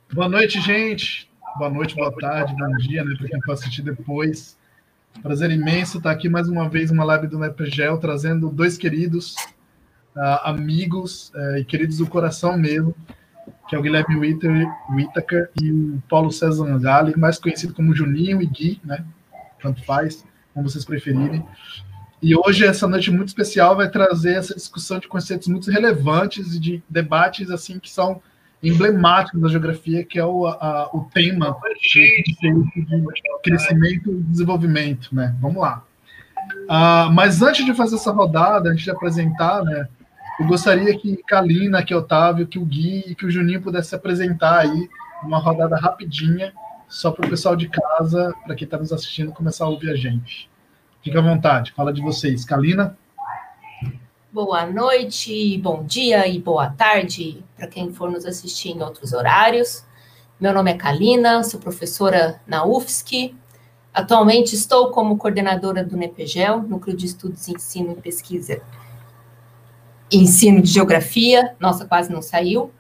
Boa noite, gente. Boa noite, boa tarde, bom dia, né, para quem for assistir depois. Prazer imenso estar aqui mais uma vez numa live do NEPGEL, trazendo dois queridos amigos e queridos do coração mesmo, que é o Guilherme Whittaker e o Paulo César Gali, mais conhecido como Juninho e Gui, né? Tanto faz, como vocês preferirem. E hoje, essa noite muito especial, vai trazer essa discussão de conceitos muito relevantes e de debates assim que são emblemáticos da geografia, que é o tema de crescimento e desenvolvimento, né? Vamos lá. Mas antes de fazer essa rodada, antes de apresentar, né, eu gostaria que Kalina, que Otávio, que o Gui e que o Juninho pudessem se apresentar aí, uma rodada rapidinha, só para o pessoal de casa, para quem está nos assistindo, começar a ouvir a gente. Fica à vontade, fala de vocês. Kalina? Boa noite, bom dia e boa tarde para quem for nos assistir em outros horários. Meu nome é Kalina, sou professora na UFSC. Atualmente estou como coordenadora do NEPGEL, Núcleo de Estudos em Ensino e Pesquisa e Ensino de Geografia. Nossa, quase não saiu.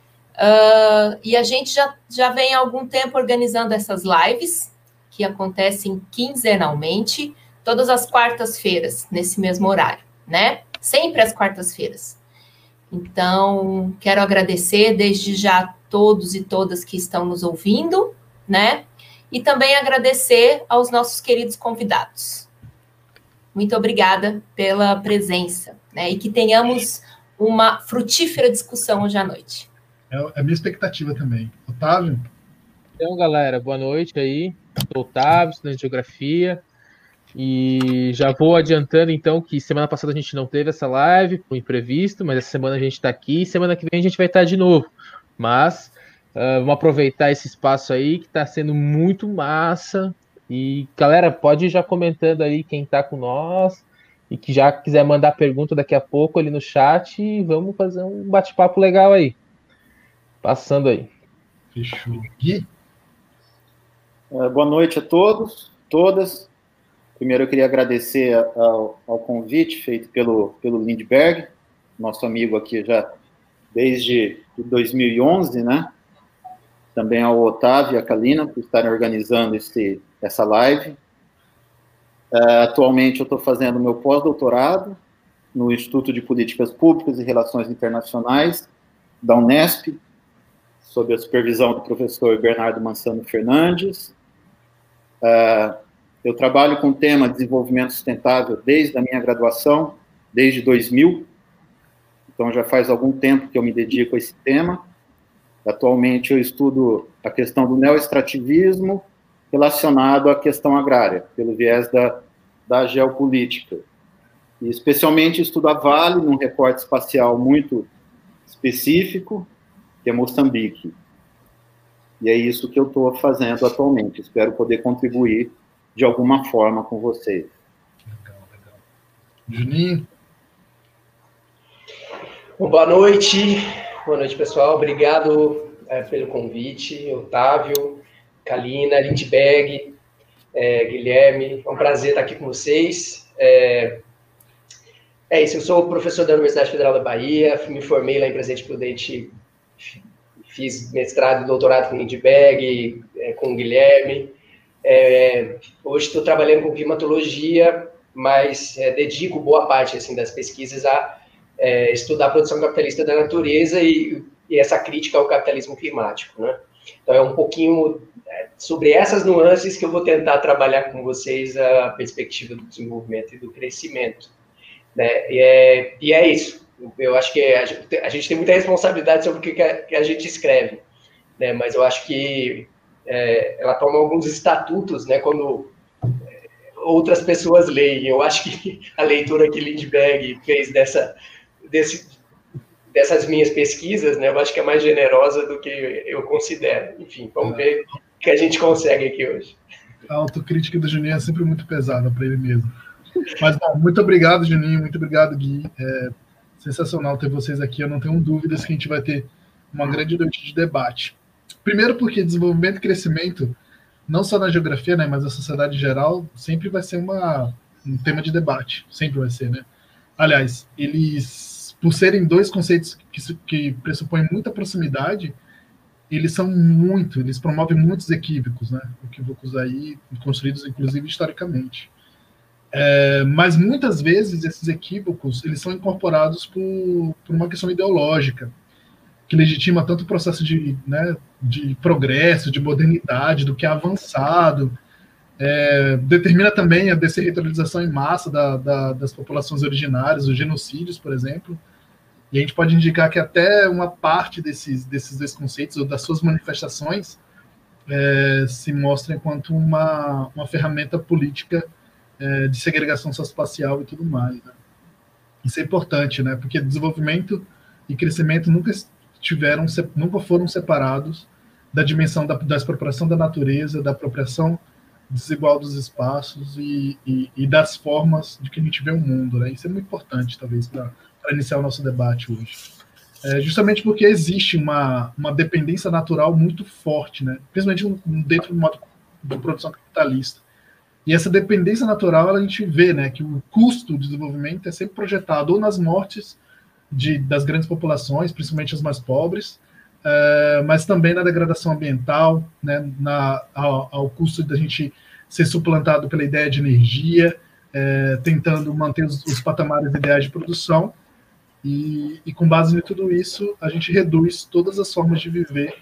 E a gente já vem há algum tempo organizando essas lives, que acontecem quinzenalmente, todas as quartas-feiras, nesse mesmo horário, né? Sempre às quartas-feiras. Então, quero agradecer desde já a todos e todas que estão nos ouvindo, né? E também agradecer aos nossos queridos convidados. Muito obrigada pela presença, né? E que tenhamos uma frutífera discussão hoje à noite. É a minha expectativa também. Otávio? Então, galera, boa noite aí. Sou Otávio, estudante de Geografia. E já vou adiantando, então, que semana passada a gente não teve essa live, por imprevisto, mas essa semana a gente está aqui e semana que vem a gente vai estar de novo. Mas vamos aproveitar esse espaço aí, que está sendo muito massa. E, galera, pode ir já comentando aí quem está com nós e que já quiser mandar pergunta daqui a pouco ali no chat e vamos fazer um bate-papo legal aí. Passando aí. Fechou. Gui? Boa noite a todos, todas. Primeiro, eu queria agradecer ao convite feito pelo Lindbergh, nosso amigo aqui já desde 2011, né? Também ao Otávio e a Kalina por estarem organizando essa live. Atualmente, eu estou fazendo meu pós-doutorado no Instituto de Políticas Públicas e Relações Internacionais da Unesp, sob a supervisão do professor Bernardo Mansano Fernandes. Eu trabalho com o tema desenvolvimento sustentável desde a minha graduação, desde 2000. Então, já faz algum tempo que eu me dedico a esse tema. Atualmente, eu estudo a questão do neoextrativismo relacionado à questão agrária, pelo viés da geopolítica. E, especialmente, estudo a Vale, num recorte espacial muito específico, que é Moçambique. E é isso que eu estou fazendo atualmente. Espero poder contribuir de alguma forma com vocês. Legal. Juninho? Boa noite, pessoal. Obrigado pelo convite, Otávio, Kalina, Lindbergh, Guilherme. É um prazer estar aqui com vocês. É isso, eu sou professor da Universidade Federal da Bahia, me formei lá em Presidente Prudente, fiz mestrado e doutorado com o Lindbergh, com o Guilherme. Hoje estou trabalhando com climatologia, mas dedico boa parte assim, das pesquisas a estudar a produção capitalista da natureza e essa crítica ao capitalismo climático, né? Então, é um pouquinho sobre essas nuances que eu vou tentar trabalhar com vocês a perspectiva do desenvolvimento e do crescimento, né? E é isso. Eu acho que a gente tem muita responsabilidade sobre o que a gente escreve, né? Mas eu acho que ela toma alguns estatutos, né, quando outras pessoas leem. Eu acho que a leitura que Lindbergh fez dessas minhas pesquisas, né, eu acho que é mais generosa do que eu considero. Enfim, vamos ver o que a gente consegue aqui hoje. A autocrítica do Juninho é sempre muito pesada para ele mesmo. Mas, bom, muito obrigado, Juninho, muito obrigado, Gui. É sensacional ter vocês aqui. Eu não tenho dúvidas que a gente vai ter uma grande noite de debate. Primeiro porque desenvolvimento e crescimento, não só na geografia, né, mas na sociedade em geral, sempre vai ser um tema de debate. Sempre vai ser, né? Aliás, eles, por serem dois conceitos que pressupõem muita proximidade, eles promovem muitos equívocos, né? Equívocos aí, construídos, inclusive, historicamente. Mas, muitas vezes, esses equívocos, eles são incorporados por uma questão ideológica, que legitima tanto o processo de progresso, de modernidade, do que é avançado, determina também a desserritorialização em massa das populações originárias, os genocídios, por exemplo, e a gente pode indicar que até uma parte desses dois conceitos, ou das suas manifestações, se mostra enquanto uma ferramenta política de segregação socioespacial e tudo mais. Né? Isso é importante, né? Porque desenvolvimento e crescimento nunca foram separados da dimensão da expropriação da natureza, da apropriação desigual dos espaços e das formas de que a gente vê o mundo. Né? Isso é muito importante, talvez, para iniciar o nosso debate hoje. Justamente porque existe uma dependência natural muito forte, né? Principalmente dentro do modo de produção capitalista. E essa dependência natural, a gente vê, né, que o custo do desenvolvimento é sempre projetado ou nas mortes das grandes populações, principalmente as mais pobres, mas também na degradação ambiental, né, ao custo da gente ser suplantado pela ideia de energia, tentando manter os patamares ideais de produção, e com base em tudo isso, a gente reduz todas as formas de viver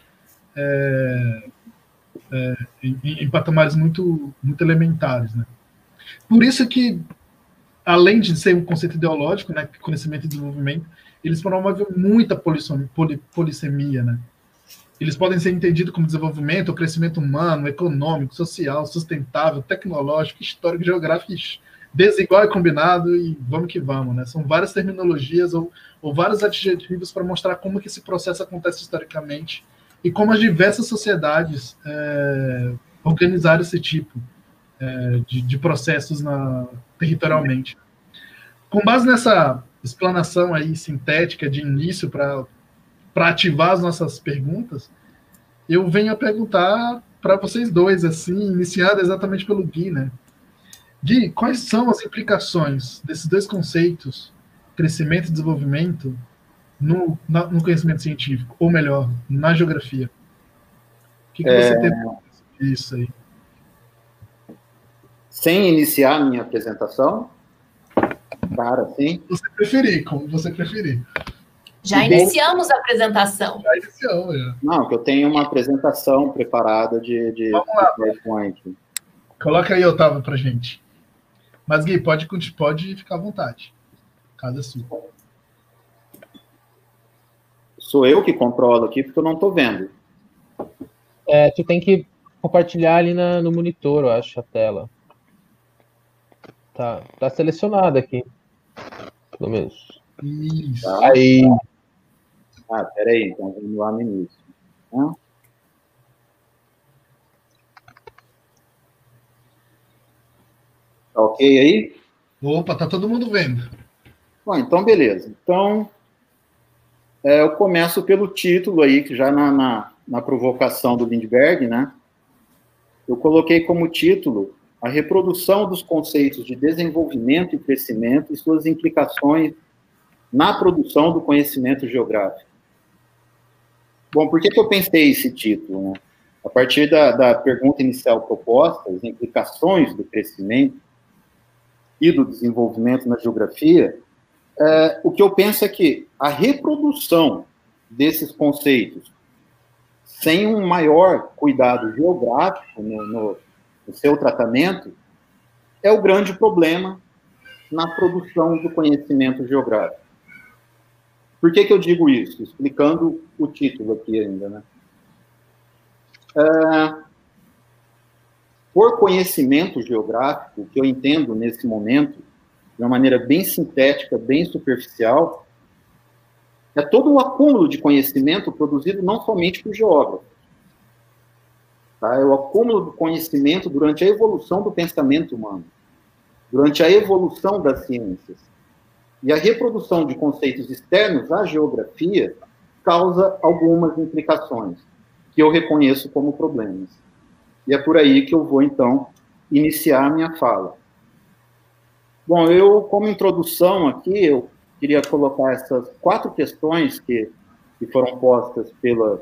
em patamares muito, muito elementares. Né? Por isso que, além de ser um conceito ideológico, né, conhecimento e desenvolvimento, eles promovem muita polissemia, né? Eles podem ser entendidos como desenvolvimento ou crescimento humano, econômico, social, sustentável, tecnológico, histórico, geográfico, desigual e combinado, e vamos que vamos, né? São várias terminologias ou vários adjetivos para mostrar como que esse processo acontece historicamente e como as diversas sociedades organizaram esse tipo de processos territorialmente. Com base nessa explanação aí sintética de início para ativar as nossas perguntas, eu venho a perguntar para vocês dois, assim, iniciado exatamente pelo Gui, né? Gui, quais são as implicações desses dois conceitos, crescimento e desenvolvimento, no conhecimento científico, ou melhor, na geografia? O que você tem isso aí? Sem iniciar a minha apresentação? Cara, sim. Como você preferir. Já iniciamos a apresentação. Já iniciamos, já. Não, que eu tenho uma apresentação preparada de PowerPoint. Coloca aí, Otávio, pra gente. Mas, Gui, pode ficar à vontade. Cada sua. Sou eu que controlo aqui, porque eu não estou vendo. Tu tem que compartilhar ali no monitor, eu acho, a tela. Tá selecionado aqui. Pelo menos. Isso. Aí. Peraí, então vamos lá no início. Tá ok aí? Opa, tá todo mundo vendo. Bom, então beleza. Então, eu começo pelo título aí, que já na provocação do Lindbergh, né? Eu coloquei como título a reprodução dos conceitos de desenvolvimento e crescimento e suas implicações na produção do conhecimento geográfico. Bom, por que eu pensei esse título? Né? A partir da pergunta inicial proposta, as implicações do crescimento e do desenvolvimento na geografia, o que eu penso é que a reprodução desses conceitos, sem um maior cuidado geográfico no seu tratamento, é o grande problema na produção do conhecimento geográfico. Por que eu digo isso? Explicando o título aqui ainda, né? Por conhecimento geográfico, que eu entendo nesse momento, de uma maneira bem sintética, bem superficial, é todo o acúmulo de conhecimento produzido não somente por geógrafos. Tá? É o acúmulo do conhecimento durante a evolução do pensamento humano, durante a evolução das ciências. E a reprodução de conceitos externos à geografia causa algumas implicações, que eu reconheço como problemas. E é por aí que eu vou, então, iniciar a minha fala. Bom, como introdução aqui, eu queria colocar essas 4 questões que foram postas pela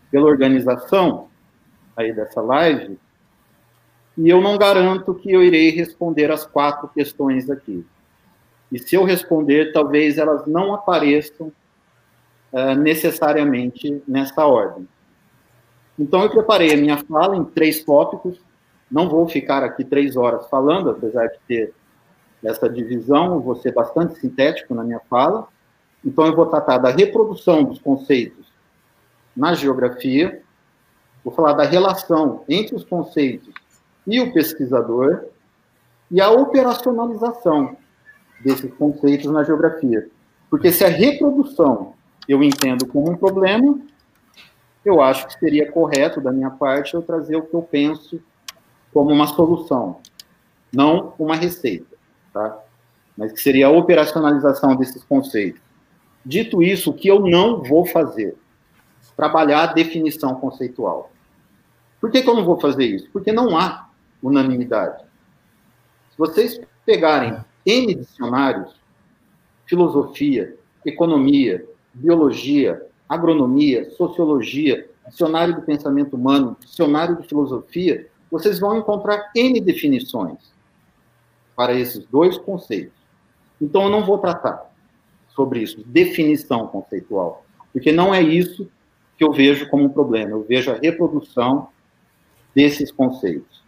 pela organização aí dessa live, e eu não garanto que eu irei responder as 4 questões aqui. E se eu responder, talvez elas não apareçam necessariamente nessa ordem. Então, eu preparei a minha fala em 3 tópicos. Não vou ficar aqui 3 horas falando, apesar de ter essa divisão, eu vou ser bastante sintético na minha fala. Então, eu vou tratar da reprodução dos conceitos na geografia, vou falar da relação entre os conceitos e o pesquisador, e a operacionalização desses conceitos na geografia. Porque se a reprodução eu entendo como um problema, eu acho que seria correto, da minha parte, eu trazer o que eu penso como uma solução, não uma receita, tá? Mas que seria a operacionalização desses conceitos. Dito isso, o que eu não vou fazer? Trabalhar a definição conceitual. Por que eu não vou fazer isso? Porque não há unanimidade. Se vocês pegarem N dicionários, filosofia, economia, biologia, agronomia, sociologia, dicionário do pensamento humano, dicionário de filosofia, vocês vão encontrar N definições para esses 2 conceitos. Então, eu não vou tratar sobre isso, definição conceitual, porque não é isso que eu vejo como um problema, eu vejo a reprodução desses conceitos.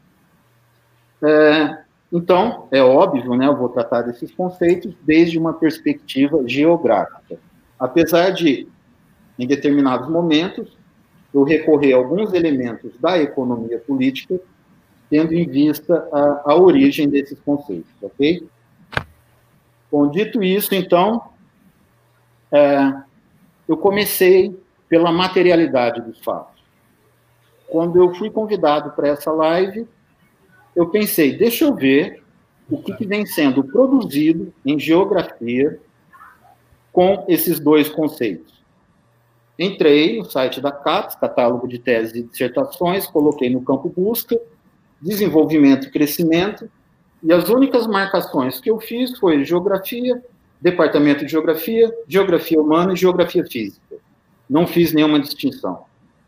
Então, é óbvio, né, eu vou tratar desses conceitos desde uma perspectiva geográfica. Apesar de, em determinados momentos, eu recorrer a alguns elementos da economia política, tendo em vista a origem desses conceitos, ok? Bom, dito isso, então, eu comecei pela materialidade dos fatos. Quando eu fui convidado para essa live, eu pensei, deixa eu ver o que vem sendo produzido em geografia com esses 2 conceitos. Entrei no site da CAPES, Catálogo de Teses e Dissertações, coloquei no campo busca, desenvolvimento e crescimento, e as únicas marcações que eu fiz foi geografia, departamento de geografia, geografia humana e geografia física. Não fiz nenhuma distinção.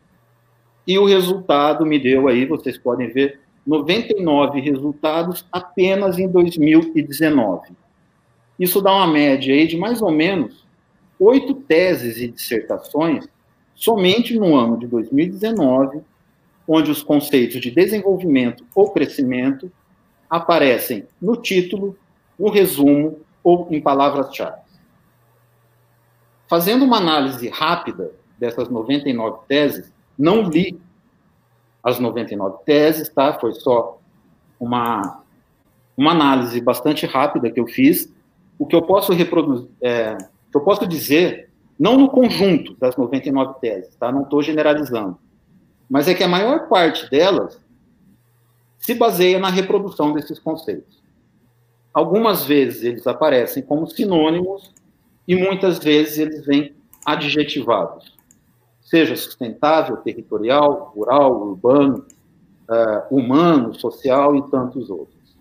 E o resultado me deu aí, vocês podem ver, 99 resultados apenas em 2019. Isso dá uma média aí de mais ou menos 8 teses e dissertações somente no ano de 2019, onde os conceitos de desenvolvimento ou crescimento aparecem no título, no resumo ou em palavras-chave. Fazendo uma análise rápida dessas 99 teses, não li as 99 teses, tá? Foi só uma análise bastante rápida que eu fiz. O que eu posso reproduzir, que eu posso dizer, não no conjunto das 99 teses, tá? Não estou generalizando, mas é que a maior parte delas se baseia na reprodução desses conceitos. Algumas vezes eles aparecem como sinônimos e muitas vezes eles vêm adjetivados. Seja sustentável, territorial, rural, urbano, humano, social e tantos outros.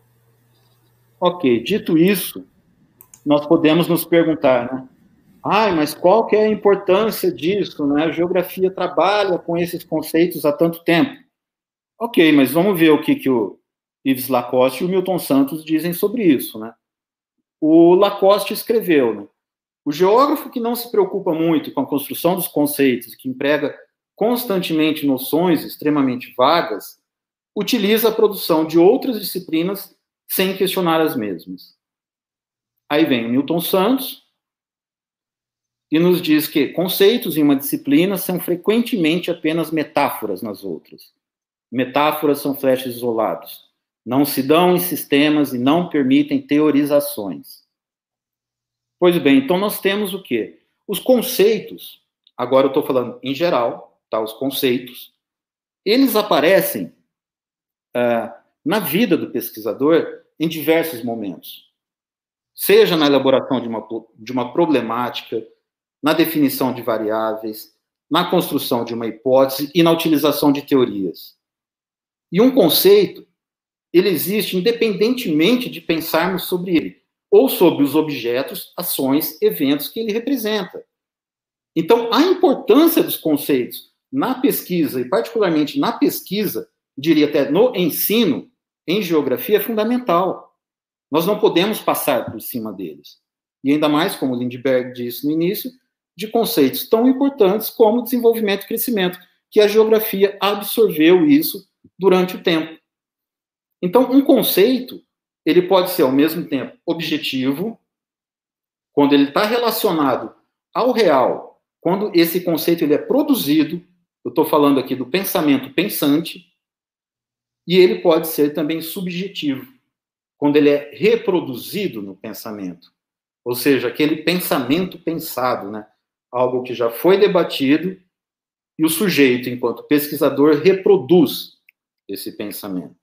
Ok, dito isso, nós podemos nos perguntar, né? Mas qual que é a importância disso, né? A geografia trabalha com esses conceitos há tanto tempo. Ok, mas vamos ver o que o Yves Lacoste e o Milton Santos dizem sobre isso, né? O Lacoste escreveu, né? O geógrafo que não se preocupa muito com a construção dos conceitos, que emprega constantemente noções extremamente vagas, utiliza a produção de outras disciplinas sem questionar as mesmas. Aí vem o Milton Santos e nos diz que conceitos em uma disciplina são frequentemente apenas metáforas nas outras. Metáforas são flashes isolados. Não se dão em sistemas e não permitem teorizações. Pois bem, então nós temos o quê? Os conceitos, agora eu estou falando em geral, tá? Os conceitos, eles aparecem na vida do pesquisador em diversos momentos. Seja na elaboração de uma problemática, na definição de variáveis, na construção de uma hipótese e na utilização de teorias. E um conceito, ele existe independentemente de pensarmos sobre ele, ou sobre os objetos, ações, eventos que ele representa. Então, a importância dos conceitos na pesquisa, e particularmente na pesquisa, diria até no ensino, em geografia, é fundamental. Nós não podemos passar por cima deles. E ainda mais, como o Lindbergh disse no início, de conceitos tão importantes como desenvolvimento e crescimento, que a geografia absorveu isso durante o tempo. Então, um conceito, ele pode ser, ao mesmo tempo, objetivo, quando ele está relacionado ao real, quando esse conceito ele é produzido, eu estou falando aqui do pensamento pensante, e ele pode ser também subjetivo, quando ele é reproduzido no pensamento. Ou seja, aquele pensamento pensado, né? Algo que já foi debatido, e o sujeito, enquanto pesquisador, reproduz esse pensamento.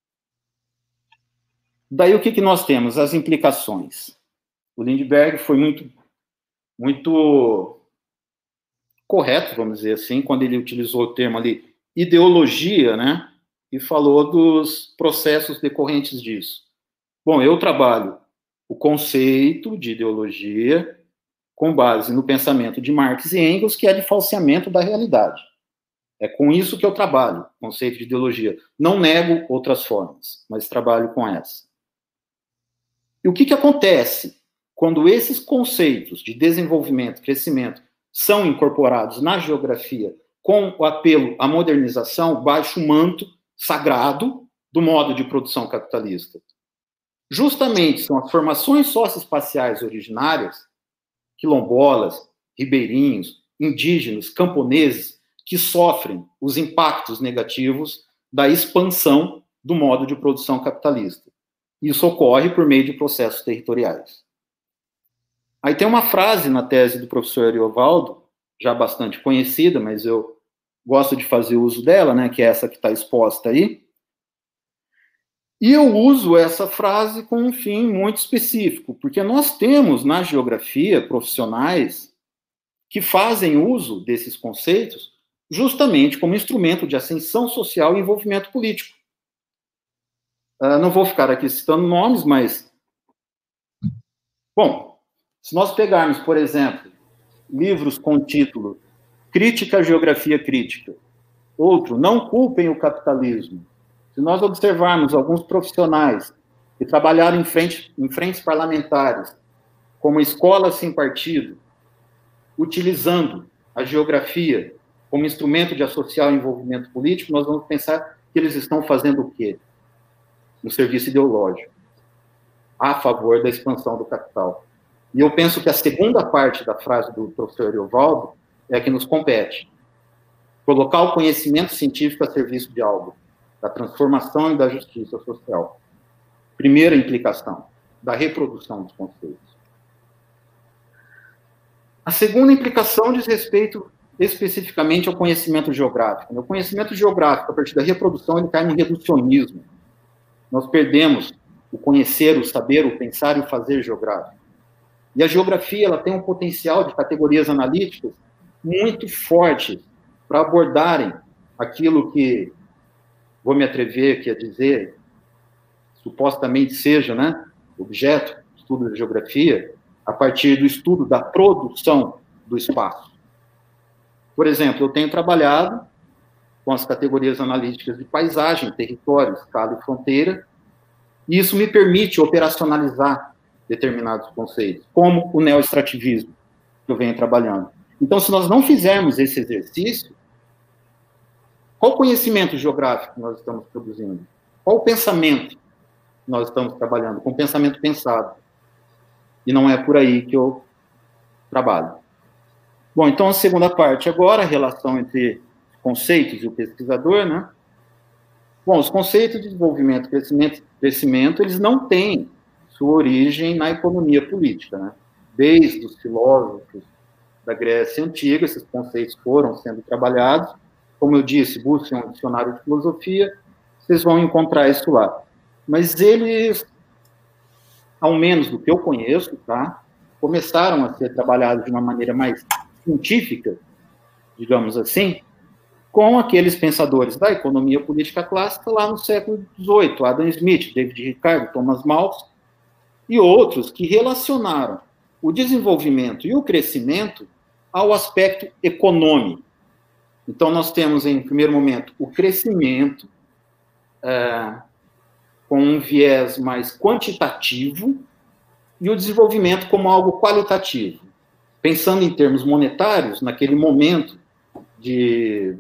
Daí o que nós temos? As implicações. O Lindbergh foi muito correto, vamos dizer assim, quando ele utilizou o termo ali, ideologia, né? E falou dos processos decorrentes disso. Bom, eu trabalho o conceito de ideologia com base no pensamento de Marx e Engels, que é de falseamento da realidade. É com isso que eu trabalho, conceito de ideologia. Não nego outras formas, mas trabalho com essa. E o que acontece quando esses conceitos de desenvolvimento, crescimento, são incorporados na geografia com o apelo à modernização, baixo o manto sagrado do modo de produção capitalista? Justamente são as formações socioespaciais originárias, quilombolas, ribeirinhos, indígenas, camponeses, que sofrem os impactos negativos da expansão do modo de produção capitalista. Isso ocorre por meio de processos territoriais. Aí tem uma frase na tese do professor Ariovaldo, já bastante conhecida, mas eu gosto de fazer uso dela, né, que é essa que está exposta aí. E eu uso essa frase com um fim muito específico, porque nós temos na geografia profissionais que fazem uso desses conceitos justamente como instrumento de ascensão social e envolvimento político. Não vou ficar aqui citando nomes, mas... Bom, se nós pegarmos, por exemplo, livros com título Crítica à Geografia Crítica, outro, Não Culpem o Capitalismo, se nós observarmos alguns profissionais que trabalharam em frentes parlamentares, como Escola Sem Partido, utilizando a geografia como instrumento de associar o envolvimento político, nós vamos pensar que eles estão fazendo o quê? Um serviço ideológico, a favor da expansão do capital. E eu penso que a segunda parte da frase do professor Ariovaldo é a que nos compete. Colocar o conhecimento científico a serviço de algo, da transformação e da justiça social. Primeira implicação, da reprodução dos conceitos. A segunda implicação diz respeito especificamente ao conhecimento geográfico. O conhecimento geográfico, a partir da reprodução, ele cai no reducionismo. Nós perdemos o conhecer, o saber, o pensar e o fazer geográfico. E a geografia ela tem um potencial de categorias analíticas muito fortes para abordarem aquilo que, vou me atrever aqui a dizer, supostamente seja, né, objeto de estudo da geografia, a partir do estudo da produção do espaço. Por exemplo, eu tenho trabalhado com as categorias analíticas de paisagem, território, escala e fronteira, e isso me permite operacionalizar determinados conceitos, como o neoextrativismo, que eu venho trabalhando. Então, se nós não fizermos esse exercício, qual conhecimento geográfico nós estamos produzindo? Qual pensamento nós estamos trabalhando? Com pensamento pensado. E não é por aí que eu trabalho. Bom, então a segunda parte agora, a relação entre conceitos e o pesquisador, né? Bom, os conceitos de desenvolvimento e crescimento, eles não têm sua origem na economia política, né? Desde os filósofos da Grécia Antiga, esses conceitos foram sendo trabalhados. Como eu disse, busquem um dicionário de filosofia, vocês vão encontrar isso lá. Mas eles, ao menos do que eu conheço, tá, começaram a ser trabalhados de uma maneira mais científica, digamos assim, com aqueles pensadores da economia política clássica lá no século XVIII, Adam Smith, David Ricardo, Thomas Malthus, e outros que relacionaram o desenvolvimento e o crescimento ao aspecto econômico. Então, nós temos, em primeiro momento, o crescimento com um viés mais quantitativo e o desenvolvimento como algo qualitativo. Pensando em termos monetários, naquele momento de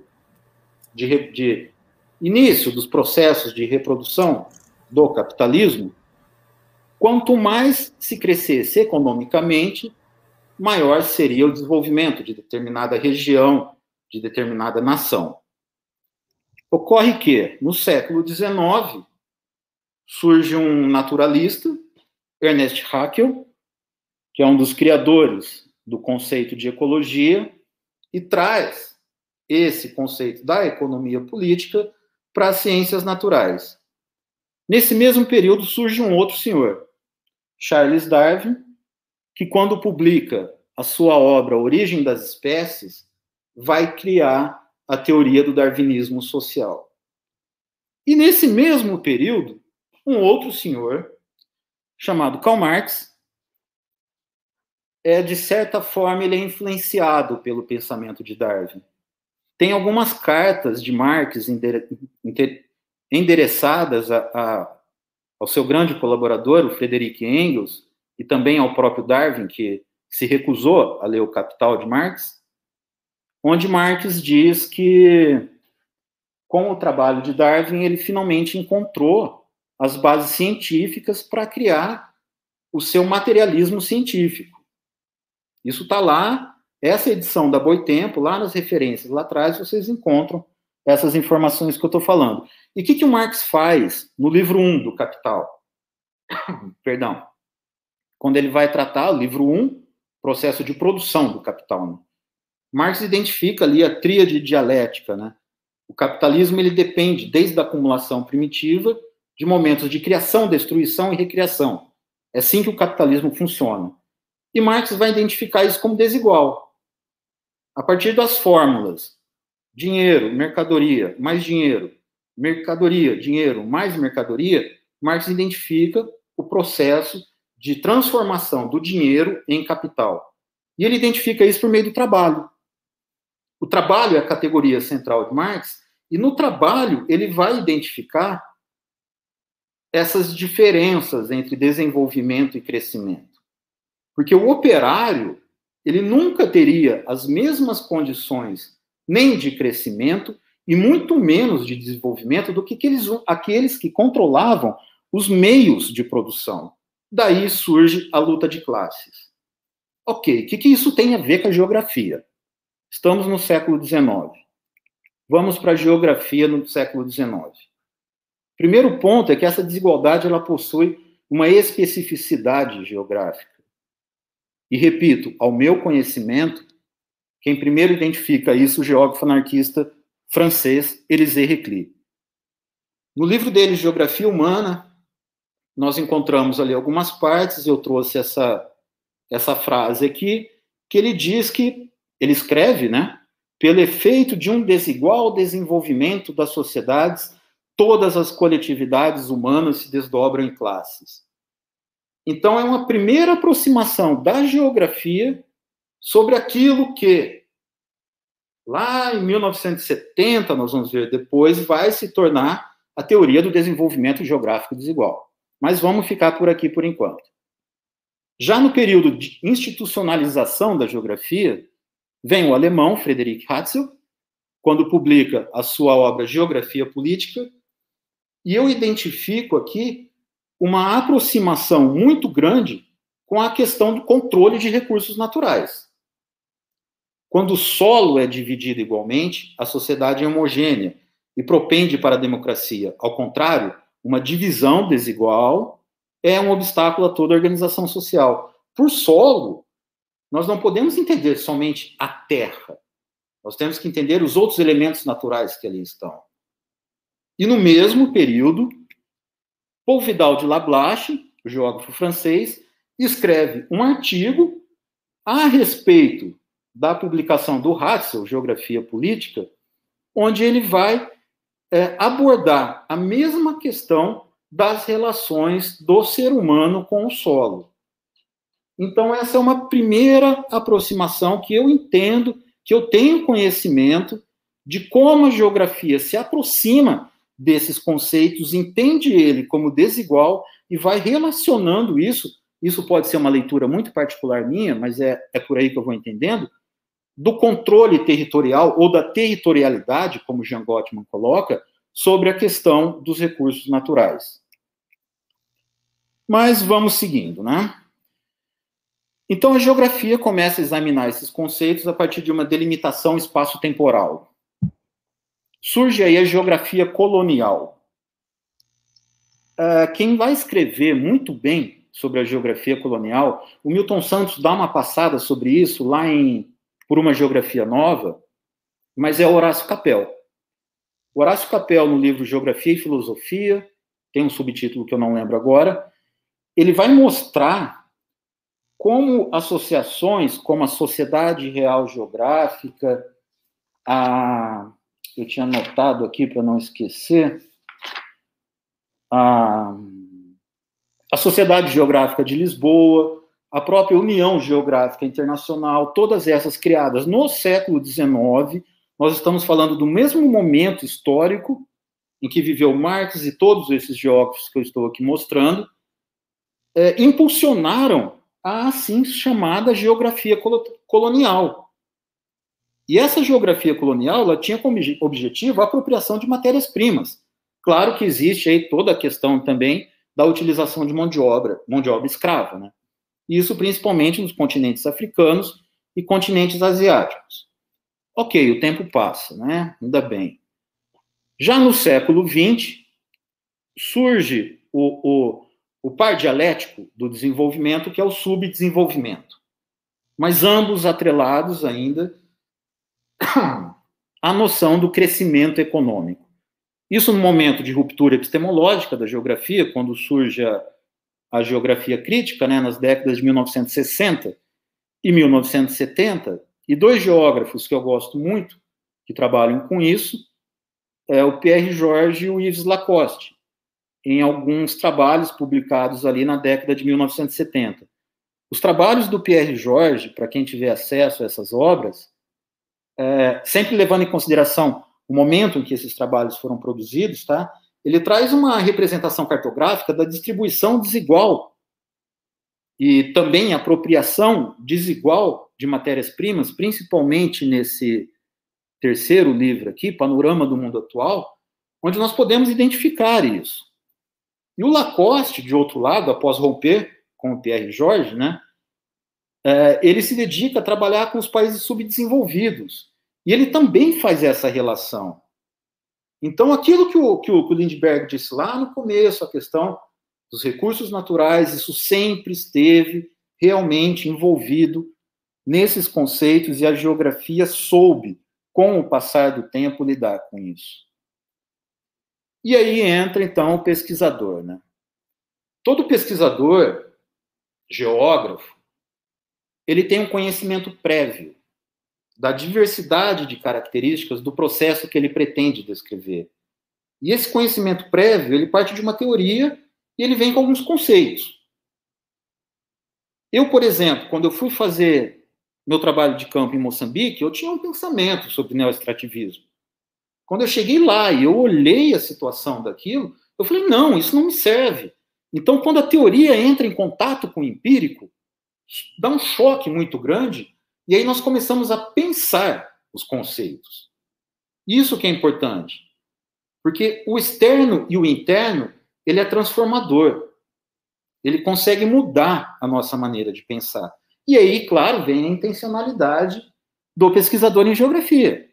início dos processos de reprodução do capitalismo, quanto mais se crescesse economicamente, maior seria o desenvolvimento de determinada região, de determinada nação. Ocorre que, no século XIX, surge um naturalista, Ernest Haeckel, que é um dos criadores do conceito de ecologia, e traz esse conceito da economia política para as ciências naturais. Nesse mesmo período surge um outro senhor, Charles Darwin, que quando publica a sua obra Origem das Espécies, vai criar a teoria do darwinismo social. E nesse mesmo período, um outro senhor, chamado Karl Marx, de certa forma, ele é influenciado pelo pensamento de Darwin. Tem algumas cartas de Marx endereçadas ao seu grande colaborador, o Friedrich Engels, e também ao próprio Darwin, que se recusou a ler o Capital de Marx, onde Marx diz que, com o trabalho de Darwin, ele finalmente encontrou as bases científicas para criar o seu materialismo científico. Isso está lá, essa edição da Boitempo, lá nas referências, lá atrás, vocês encontram essas informações que eu estou falando. E o que o Marx faz no livro 1 do Capital? Perdão. Quando ele vai tratar o livro 1, processo de produção do capital, né? Marx identifica ali a tríade dialética, né? O capitalismo, ele depende, desde a acumulação primitiva, de momentos de criação, destruição e recriação. É assim que o capitalismo funciona. E Marx vai identificar isso como desigual. A partir das fórmulas dinheiro, mercadoria, mais dinheiro, mercadoria, dinheiro, mais mercadoria, Marx identifica o processo de transformação do dinheiro em capital. E ele identifica isso por meio do trabalho. O trabalho é a categoria central de Marx, e no trabalho ele vai identificar essas diferenças entre desenvolvimento e crescimento. Porque o operário, ele nunca teria as mesmas condições nem de crescimento e muito menos de desenvolvimento do que aqueles que controlavam os meios de produção. Daí surge a luta de classes. Ok, o que isso tem a ver com a geografia? Estamos no século XIX. Vamos para a geografia no século XIX. Primeiro ponto é que essa desigualdade ela possui uma especificidade geográfica. E repito, ao meu conhecimento, quem primeiro identifica isso é o geógrafo anarquista francês Élisée Reclus. No livro dele, Geografia Humana, nós encontramos ali algumas partes, eu trouxe essa frase aqui, que ele diz que, ele escreve, né? Pelo efeito de um desigual desenvolvimento das sociedades, todas as coletividades humanas se desdobram em classes. Então, é uma primeira aproximação da geografia sobre aquilo que, lá em 1970, nós vamos ver depois, vai se tornar a teoria do desenvolvimento geográfico desigual. Mas vamos ficar por aqui por enquanto. Já no período de institucionalização da geografia, vem o alemão Friedrich Hatzel, quando publica a sua obra Geografia Política, e eu identifico aqui uma aproximação muito grande com a questão do controle de recursos naturais. Quando o solo é dividido igualmente, a sociedade é homogênea e propende para a democracia. Ao contrário, uma divisão desigual é um obstáculo a toda a organização social. Por solo, nós não podemos entender somente a terra. Nós temos que entender os outros elementos naturais que ali estão. E no mesmo período, Paul Vidal de Lablache, o geógrafo francês, escreve um artigo a respeito da publicação do Hatzel, Geografia Política, onde ele vai abordar a mesma questão das relações do ser humano com o solo. Então, essa é uma primeira aproximação que eu entendo, que eu tenho conhecimento de como a geografia se aproxima desses conceitos, entende ele como desigual e vai relacionando isso. Isso pode ser uma leitura muito particular minha, mas é por aí que eu vou entendendo, do controle territorial ou da territorialidade, como Jean Gottman coloca, sobre a questão dos recursos naturais. Mas vamos seguindo, né? Então, a geografia começa a examinar esses conceitos a partir de uma delimitação espaço-temporal. Surge aí a geografia colonial. Quem vai escrever muito bem sobre a geografia colonial, o Milton Santos dá uma passada sobre isso lá em Por uma Geografia Nova, mas é o Horácio Capel. O Horácio Capel, no livro Geografia e Filosofia, tem um subtítulo que eu não lembro agora, ele vai mostrar como associações como a Sociedade Real Geográfica, eu tinha anotado aqui para não esquecer, a Sociedade Geográfica de Lisboa, a própria União Geográfica Internacional, todas essas criadas no século XIX, nós estamos falando do mesmo momento histórico em que viveu Marx e todos esses geógrafos que eu estou aqui mostrando, impulsionaram a assim chamada geografia colonial. E essa geografia colonial, ela tinha como objetivo a apropriação de matérias-primas. Claro que existe aí toda a questão também da utilização de mão de obra escrava, né? Isso principalmente nos continentes africanos e continentes asiáticos. Ok, o tempo passa, né? Ainda bem. Já no século XX, surge o par dialético do desenvolvimento, que é o subdesenvolvimento. Mas ambos atrelados ainda à noção do crescimento econômico. Isso no momento de ruptura epistemológica da geografia, quando surge a geografia crítica, né, nas décadas de 1960 e 1970, e dois geógrafos que eu gosto muito, que trabalham com isso, é o Pierre Georges e o Yves Lacoste, em alguns trabalhos publicados ali na década de 1970. Os trabalhos do Pierre Georges, para quem tiver acesso a essas obras, sempre levando em consideração o momento em que esses trabalhos foram produzidos, tá? Ele traz uma representação cartográfica da distribuição desigual e também apropriação desigual de matérias-primas, principalmente nesse terceiro livro aqui, Panorama do Mundo Atual, onde nós podemos identificar isso. E o Lacoste, de outro lado, após romper com o Pierre Georges, né, ele se dedica a trabalhar com os países subdesenvolvidos. E ele também faz essa relação. Então, aquilo que o Lindbergh disse lá no começo, a questão dos recursos naturais, isso sempre esteve realmente envolvido nesses conceitos e a geografia soube, com o passar do tempo, lidar com isso. E aí entra, então, o pesquisador, né? Todo pesquisador, geógrafo, ele tem um conhecimento prévio da diversidade de características do processo que ele pretende descrever. E esse conhecimento prévio, ele parte de uma teoria e ele vem com alguns conceitos. Eu, por exemplo, quando eu fui fazer meu trabalho de campo em Moçambique, eu tinha um pensamento sobre neoextrativismo. Quando eu cheguei lá e eu olhei a situação daquilo, eu falei, não, isso não me serve. Então, quando a teoria entra em contato com o empírico, dá um choque muito grande, e aí nós começamos a pensar os conceitos. Isso que é importante. Porque o externo e o interno, ele é transformador. Ele consegue mudar a nossa maneira de pensar. E aí, claro, vem a intencionalidade do pesquisador em geografia.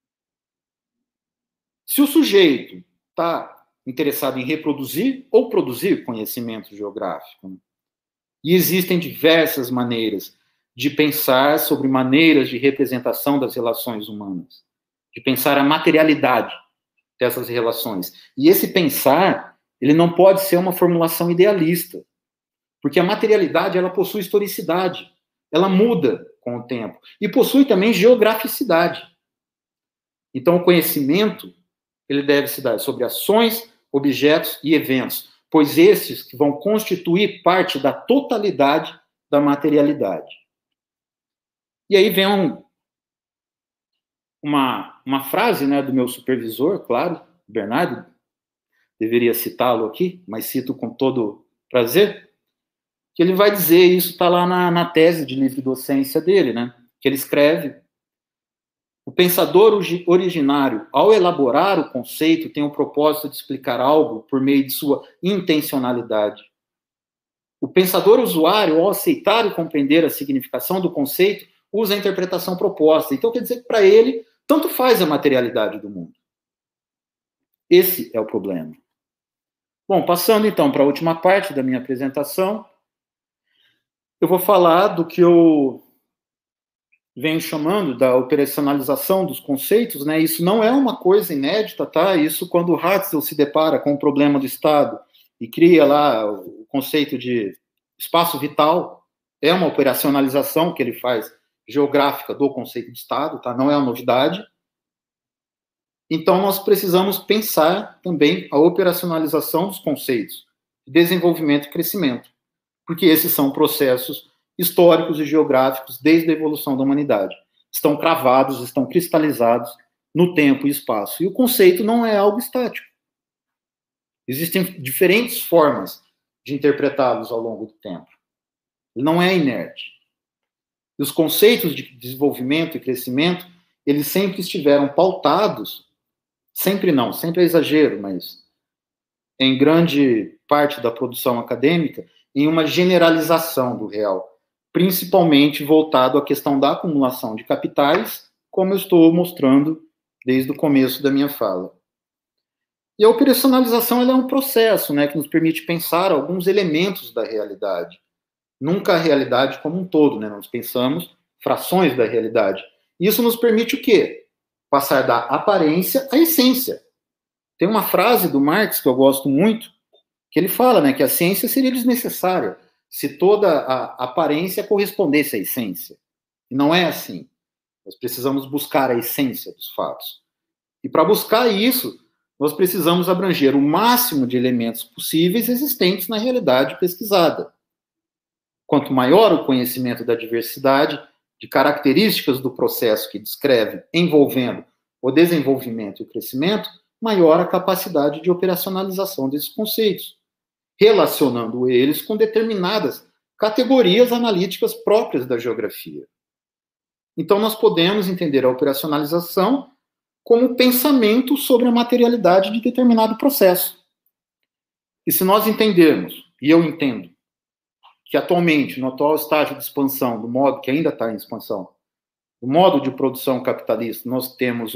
Se o sujeito está interessado em reproduzir ou produzir conhecimento geográfico, e existem diversas maneiras de pensar sobre maneiras de representação das relações humanas, de pensar a materialidade dessas relações. E esse pensar, ele não pode ser uma formulação idealista, porque a materialidade, ela possui historicidade, ela muda com o tempo, e possui também geograficidade. Então, o conhecimento, ele deve se dar sobre ações, objetos e eventos, pois esses que vão constituir parte da totalidade da materialidade. E aí vem uma frase, né, do meu supervisor, claro, Bernardo, deveria citá-lo aqui, mas cito com todo prazer, que ele vai dizer, isso está lá na tese de livre docência dele, né, que ele escreve: o pensador originário, ao elaborar o conceito, tem o propósito de explicar algo por meio de sua intencionalidade. O pensador usuário, ao aceitar e compreender a significação do conceito, usa a interpretação proposta. Então, quer dizer que, para ele, tanto faz a materialidade do mundo. Esse é o problema. Bom, passando, então, para a última parte da minha apresentação, eu vou falar do que eu venho chamando da operacionalização dos conceitos, né? Isso não é uma coisa inédita, tá? Isso, quando Hatzel se depara com o problema do Estado e cria lá o conceito de espaço vital, é uma operacionalização que ele faz geográfica do conceito de Estado, tá? Não é uma novidade. Então, nós precisamos pensar também a operacionalização dos conceitos de desenvolvimento e crescimento, porque esses são processos históricos e geográficos desde a evolução da humanidade. Estão cravados, estão cristalizados no tempo e espaço. E o conceito não é algo estático. Existem diferentes formas de interpretá-los ao longo do tempo. Ele não é inerte. E os conceitos de desenvolvimento e crescimento, eles sempre estiveram pautados, sempre não, sempre é exagero, mas em grande parte da produção acadêmica, em uma generalização do real, principalmente voltado à questão da acumulação de capitais, como eu estou mostrando desde o começo da minha fala. E a operacionalização ela é um processo, né, que nos permite pensar alguns elementos da realidade. Nunca a realidade como um todo, né? Nós pensamos frações da realidade. Isso nos permite o quê? Passar da aparência à essência. Tem uma frase do Marx que eu gosto muito, que ele fala, né, que a ciência seria desnecessária se toda a aparência correspondesse à essência. E não é assim. Nós precisamos buscar a essência dos fatos. E para buscar isso, nós precisamos abranger o máximo de elementos possíveis existentes na realidade pesquisada. Quanto maior o conhecimento da diversidade de características do processo que descreve, envolvendo o desenvolvimento e o crescimento, maior a capacidade de operacionalização desses conceitos, relacionando eles com determinadas categorias analíticas próprias da geografia. Então, nós podemos entender a operacionalização como pensamento sobre a materialidade de determinado processo. E se nós entendermos, e eu entendo, que atualmente, no atual estágio de expansão, do modo que ainda está em expansão, do modo de produção capitalista, nós temos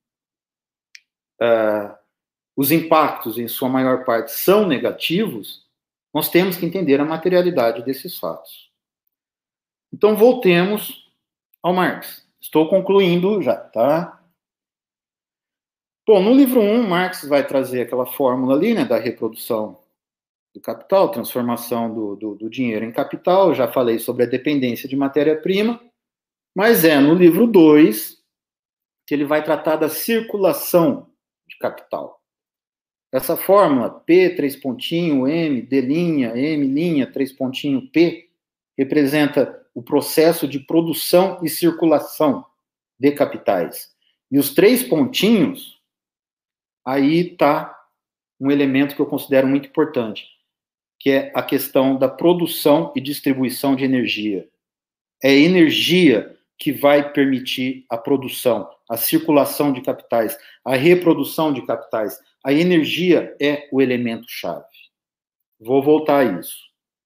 os impactos, em sua maior parte, são negativos, nós temos que entender a materialidade desses fatos. Então, voltemos ao Marx. Estou concluindo já, tá? Bom, no livro 1, Marx vai trazer aquela fórmula ali, né, da reprodução do capital, transformação do dinheiro em capital. Eu já falei sobre a dependência de matéria-prima, mas é no livro 2 que ele vai tratar da circulação de capital. Essa fórmula, P, 3 pontinho, M, D', M', 3 pontinho, P, representa o processo de produção e circulação de capitais. E os 3 pontinhos, aí está um elemento que eu considero muito importante, que é a questão da produção e distribuição de energia. É a energia que vai permitir a produção, a circulação de capitais, a reprodução de capitais. A energia é o elemento-chave. Vou voltar a isso.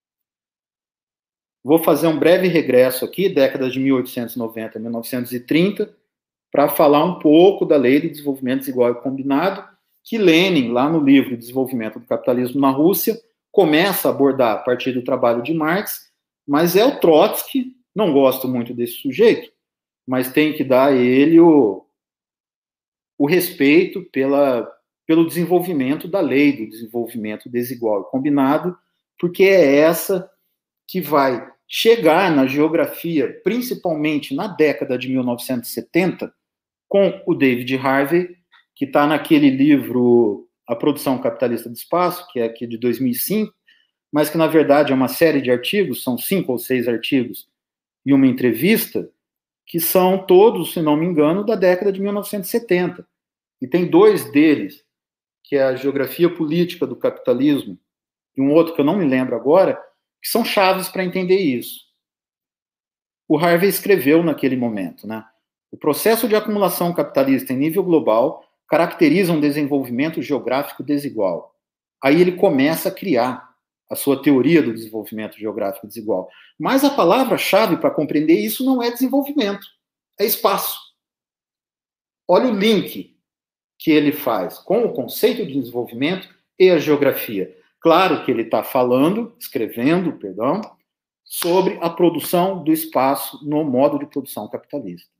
Vou fazer um breve regresso aqui, décadas de 1890 a 1930, para falar um pouco da Lei de Desenvolvimento Desigual e Combinado, que Lenin, lá no livro Desenvolvimento do Capitalismo na Rússia, começa a abordar a partir do trabalho de Marx, mas é o Trotsky, não gosto muito desse sujeito, mas tem que dar a ele o respeito pelo desenvolvimento da lei do desenvolvimento desigual e combinado, porque é essa que vai chegar na geografia, principalmente na década de 1970, com o David Harvey, que está naquele livro A Produção Capitalista do Espaço, que é aqui de 2005, mas que, na verdade, é uma série de artigos, são 5 ou 6 artigos, e uma entrevista, que são todos, se não me engano, da década de 1970. E tem dois deles, que é a Geografia Política do Capitalismo, e um outro que eu não me lembro agora, que são chaves para entender isso. O Harvey escreveu naquele momento, né? O processo de acumulação capitalista em nível global caracteriza um desenvolvimento geográfico desigual. Aí ele começa a criar a sua teoria do desenvolvimento geográfico desigual. Mas a palavra-chave para compreender isso não é desenvolvimento, é espaço. Olha o link que ele faz com o conceito de desenvolvimento e a geografia. Claro que ele está escrevendo, sobre a produção do espaço no modo de produção capitalista.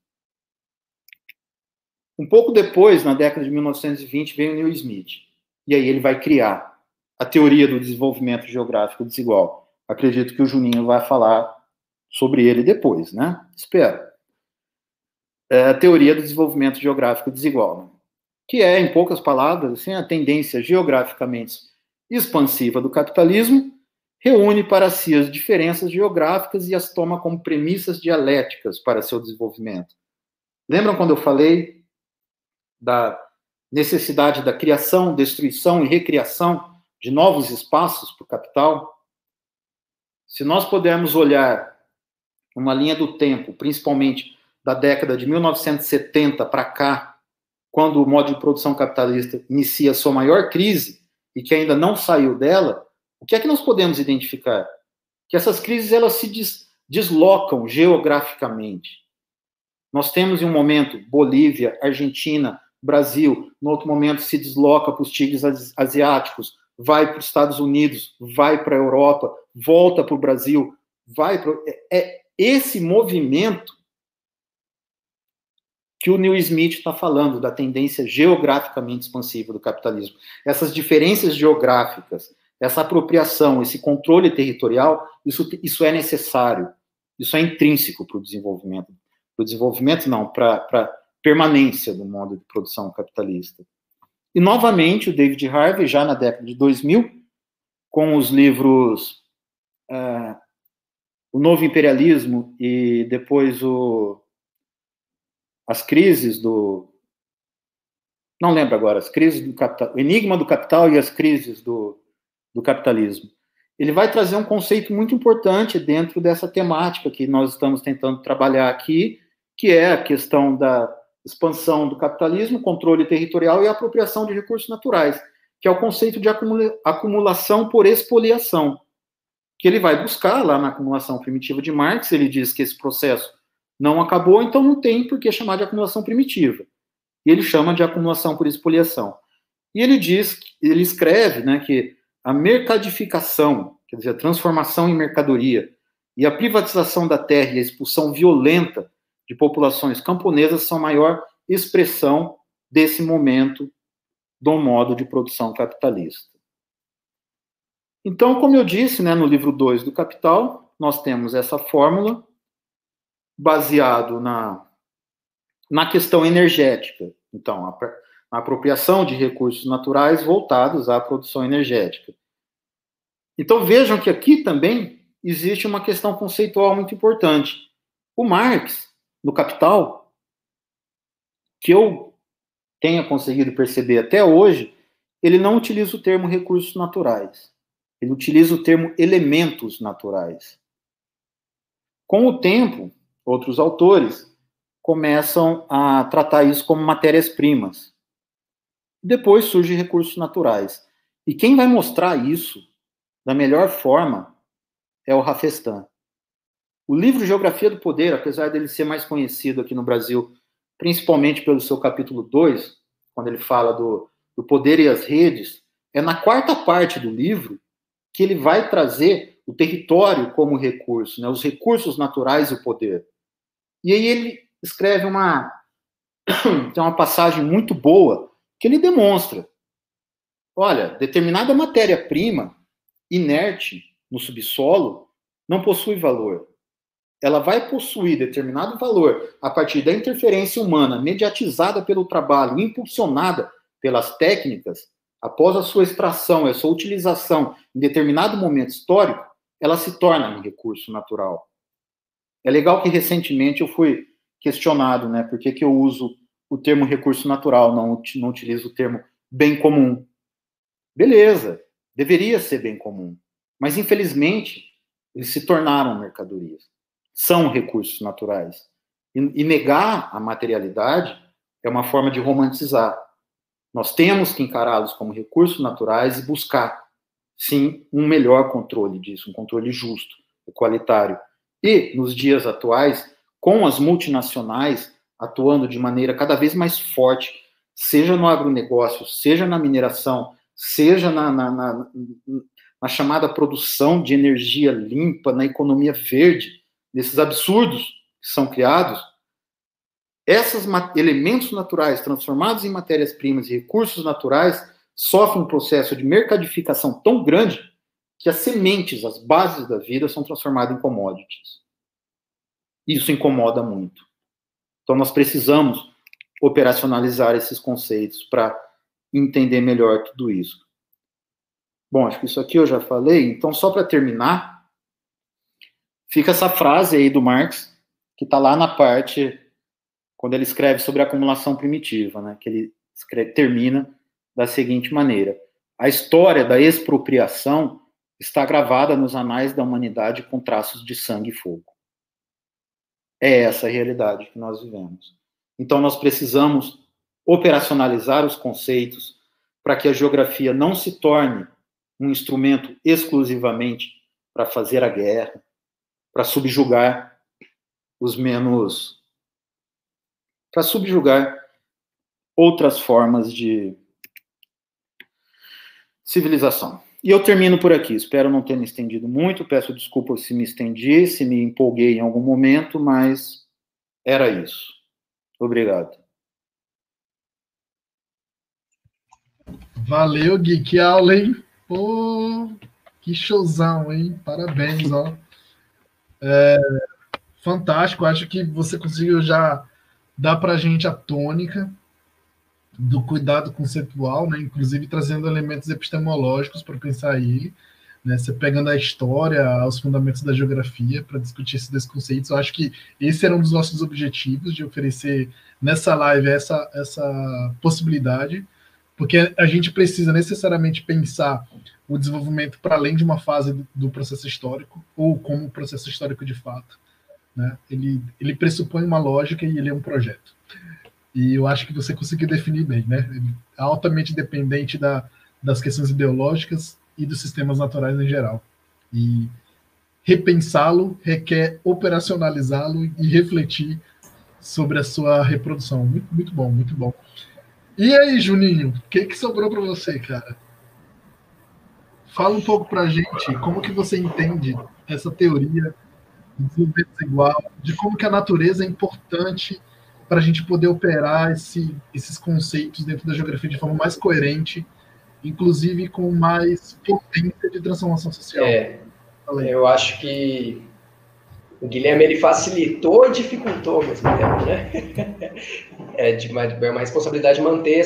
Um pouco depois, na década de 1920, veio o Neil Smith. E aí ele vai criar a teoria do desenvolvimento geográfico desigual. Acredito que o Juninho vai falar sobre ele depois, né? Espero. É a teoria do desenvolvimento geográfico desigual, né? Que é, em poucas palavras, assim, a tendência geograficamente expansiva do capitalismo reúne para si as diferenças geográficas e as toma como premissas dialéticas para seu desenvolvimento. Lembram quando eu falei da necessidade da criação, destruição e recriação de novos espaços para o capital? Se nós pudermos olhar uma linha do tempo, principalmente da década de 1970 para cá, quando o modo de produção capitalista inicia a sua maior crise e que ainda não saiu dela, o que é que nós podemos identificar? Que essas crises elas se deslocam geograficamente. Nós temos em um momento Bolívia, Argentina, Brasil, no outro momento se desloca para os tigres asiáticos, vai para os Estados Unidos, vai para a Europa, volta para o Brasil, vai para... É esse movimento que o Neil Smith está falando, da tendência geograficamente expansiva do capitalismo. Essas diferenças geográficas, essa apropriação, esse controle territorial, isso é necessário, isso é intrínseco para o desenvolvimento. Para o desenvolvimento, não, para a permanência do modo de produção capitalista. E, novamente, o David Harvey, já na década de 2000, com os livros O Novo Imperialismo e depois as crises do... Não lembro agora, as crises do capital, o enigma do capital e as crises do capitalismo. Ele vai trazer um conceito muito importante dentro dessa temática que nós estamos tentando trabalhar aqui, que é a questão da expansão do capitalismo, controle territorial e apropriação de recursos naturais, que é o conceito de acumulação por expoliação, que ele vai buscar lá na acumulação primitiva de Marx. Ele diz que esse processo não acabou, então não tem por que chamar de acumulação primitiva. E ele chama de acumulação por expoliação. E ele escreve, né, que a mercadificação, quer dizer, a transformação em mercadoria, e a privatização da terra e a expulsão violenta de populações camponesas são a maior expressão desse momento do modo de produção capitalista. Então, como eu disse, né, no livro 2 do Capital, nós temos essa fórmula baseado na questão energética. Então, a apropriação de recursos naturais voltados à produção energética. Então, vejam que aqui também existe uma questão conceitual muito importante. O Marx, no Capital, que eu tenha conseguido perceber até hoje, ele não utiliza o termo recursos naturais. Ele utiliza o termo elementos naturais. Com o tempo, outros autores começam a tratar isso como matérias-primas. Depois surgem recursos naturais. E quem vai mostrar isso da melhor forma é o Rafestan. O livro Geografia do Poder, apesar dele ser mais conhecido aqui no Brasil, principalmente pelo seu capítulo 2, quando ele fala do poder e as redes, é na quarta parte do livro que ele vai trazer o território como recurso, né, os recursos naturais e o poder. E aí ele escreve tem uma passagem muito boa que ele demonstra. Olha, determinada matéria-prima inerte no subsolo não possui valor. Ela vai possuir determinado valor a partir da interferência humana mediatizada pelo trabalho, impulsionada pelas técnicas. Após a sua extração, a sua utilização em determinado momento histórico, ela se torna um recurso natural. É legal que recentemente eu fui questionado, né? Por que eu uso o termo recurso natural, não utilizo o termo bem comum? Beleza, deveria ser bem comum, mas infelizmente eles se tornaram mercadorias, são recursos naturais. E negar a materialidade é uma forma de romantizar. Nós temos que encará-los como recursos naturais e buscar, sim, um melhor controle disso, um controle justo, equalitário. E, nos dias atuais, com as multinacionais atuando de maneira cada vez mais forte, seja no agronegócio, seja na mineração, seja na chamada produção de energia limpa, na economia verde, desses absurdos que são criados, esses elementos naturais transformados em matérias-primas e recursos naturais sofrem um processo de mercadificação tão grande que as sementes, as bases da vida, são transformadas em commodities. Isso incomoda muito. Então, nós precisamos operacionalizar esses conceitos para entender melhor tudo isso. Bom, acho que isso aqui eu já falei. Então, só para terminar, fica essa frase aí do Marx, que está lá na parte, quando ele escreve sobre a acumulação primitiva, né, que ele termina da seguinte maneira: a história da expropriação está gravada nos anais da humanidade com traços de sangue e fogo. É essa a realidade que nós vivemos. Então, nós precisamos operacionalizar os conceitos para que a geografia não se torne um instrumento exclusivamente para fazer a guerra, para subjugar os menos... para subjugar outras formas de civilização. E eu termino por aqui. Espero não ter me estendido muito. Peço desculpas se me estendi, se me empolguei em algum momento, mas era isso. Obrigado. Valeu, Gui. Que aula, hein? Pô, que showzão, hein? Parabéns, ó. Fantástico. Acho que você conseguiu já dar para a gente a tônica do cuidado conceitual, né? Inclusive trazendo elementos epistemológicos para pensar ele, né? Você pegando a história, os fundamentos da geografia para discutir esses dois conceitos. Eu acho que esse era um dos nossos objetivos, de oferecer nessa live essa possibilidade, porque a gente precisa necessariamente pensar o desenvolvimento para além de uma fase do processo histórico, ou como processo histórico de fato, né? Ele pressupõe uma lógica e ele é um projeto. E eu acho que você conseguiu definir bem, né? Ele é altamente dependente das questões ideológicas e dos sistemas naturais em geral. E repensá-lo requer operacionalizá-lo e refletir sobre a sua reprodução. Muito, muito bom, muito bom. E aí, Juninho, o que sobrou para você, cara? Fala um pouco para a gente como que você entende essa teoria de desenvolvimento desigual, de como que a natureza é importante para a gente poder operar esses conceitos dentro da geografia de forma mais coerente, inclusive com mais potência de transformação social. Eu acho que o Guilherme ele facilitou e dificultou ao mesmo tempo, né? É de uma responsabilidade manter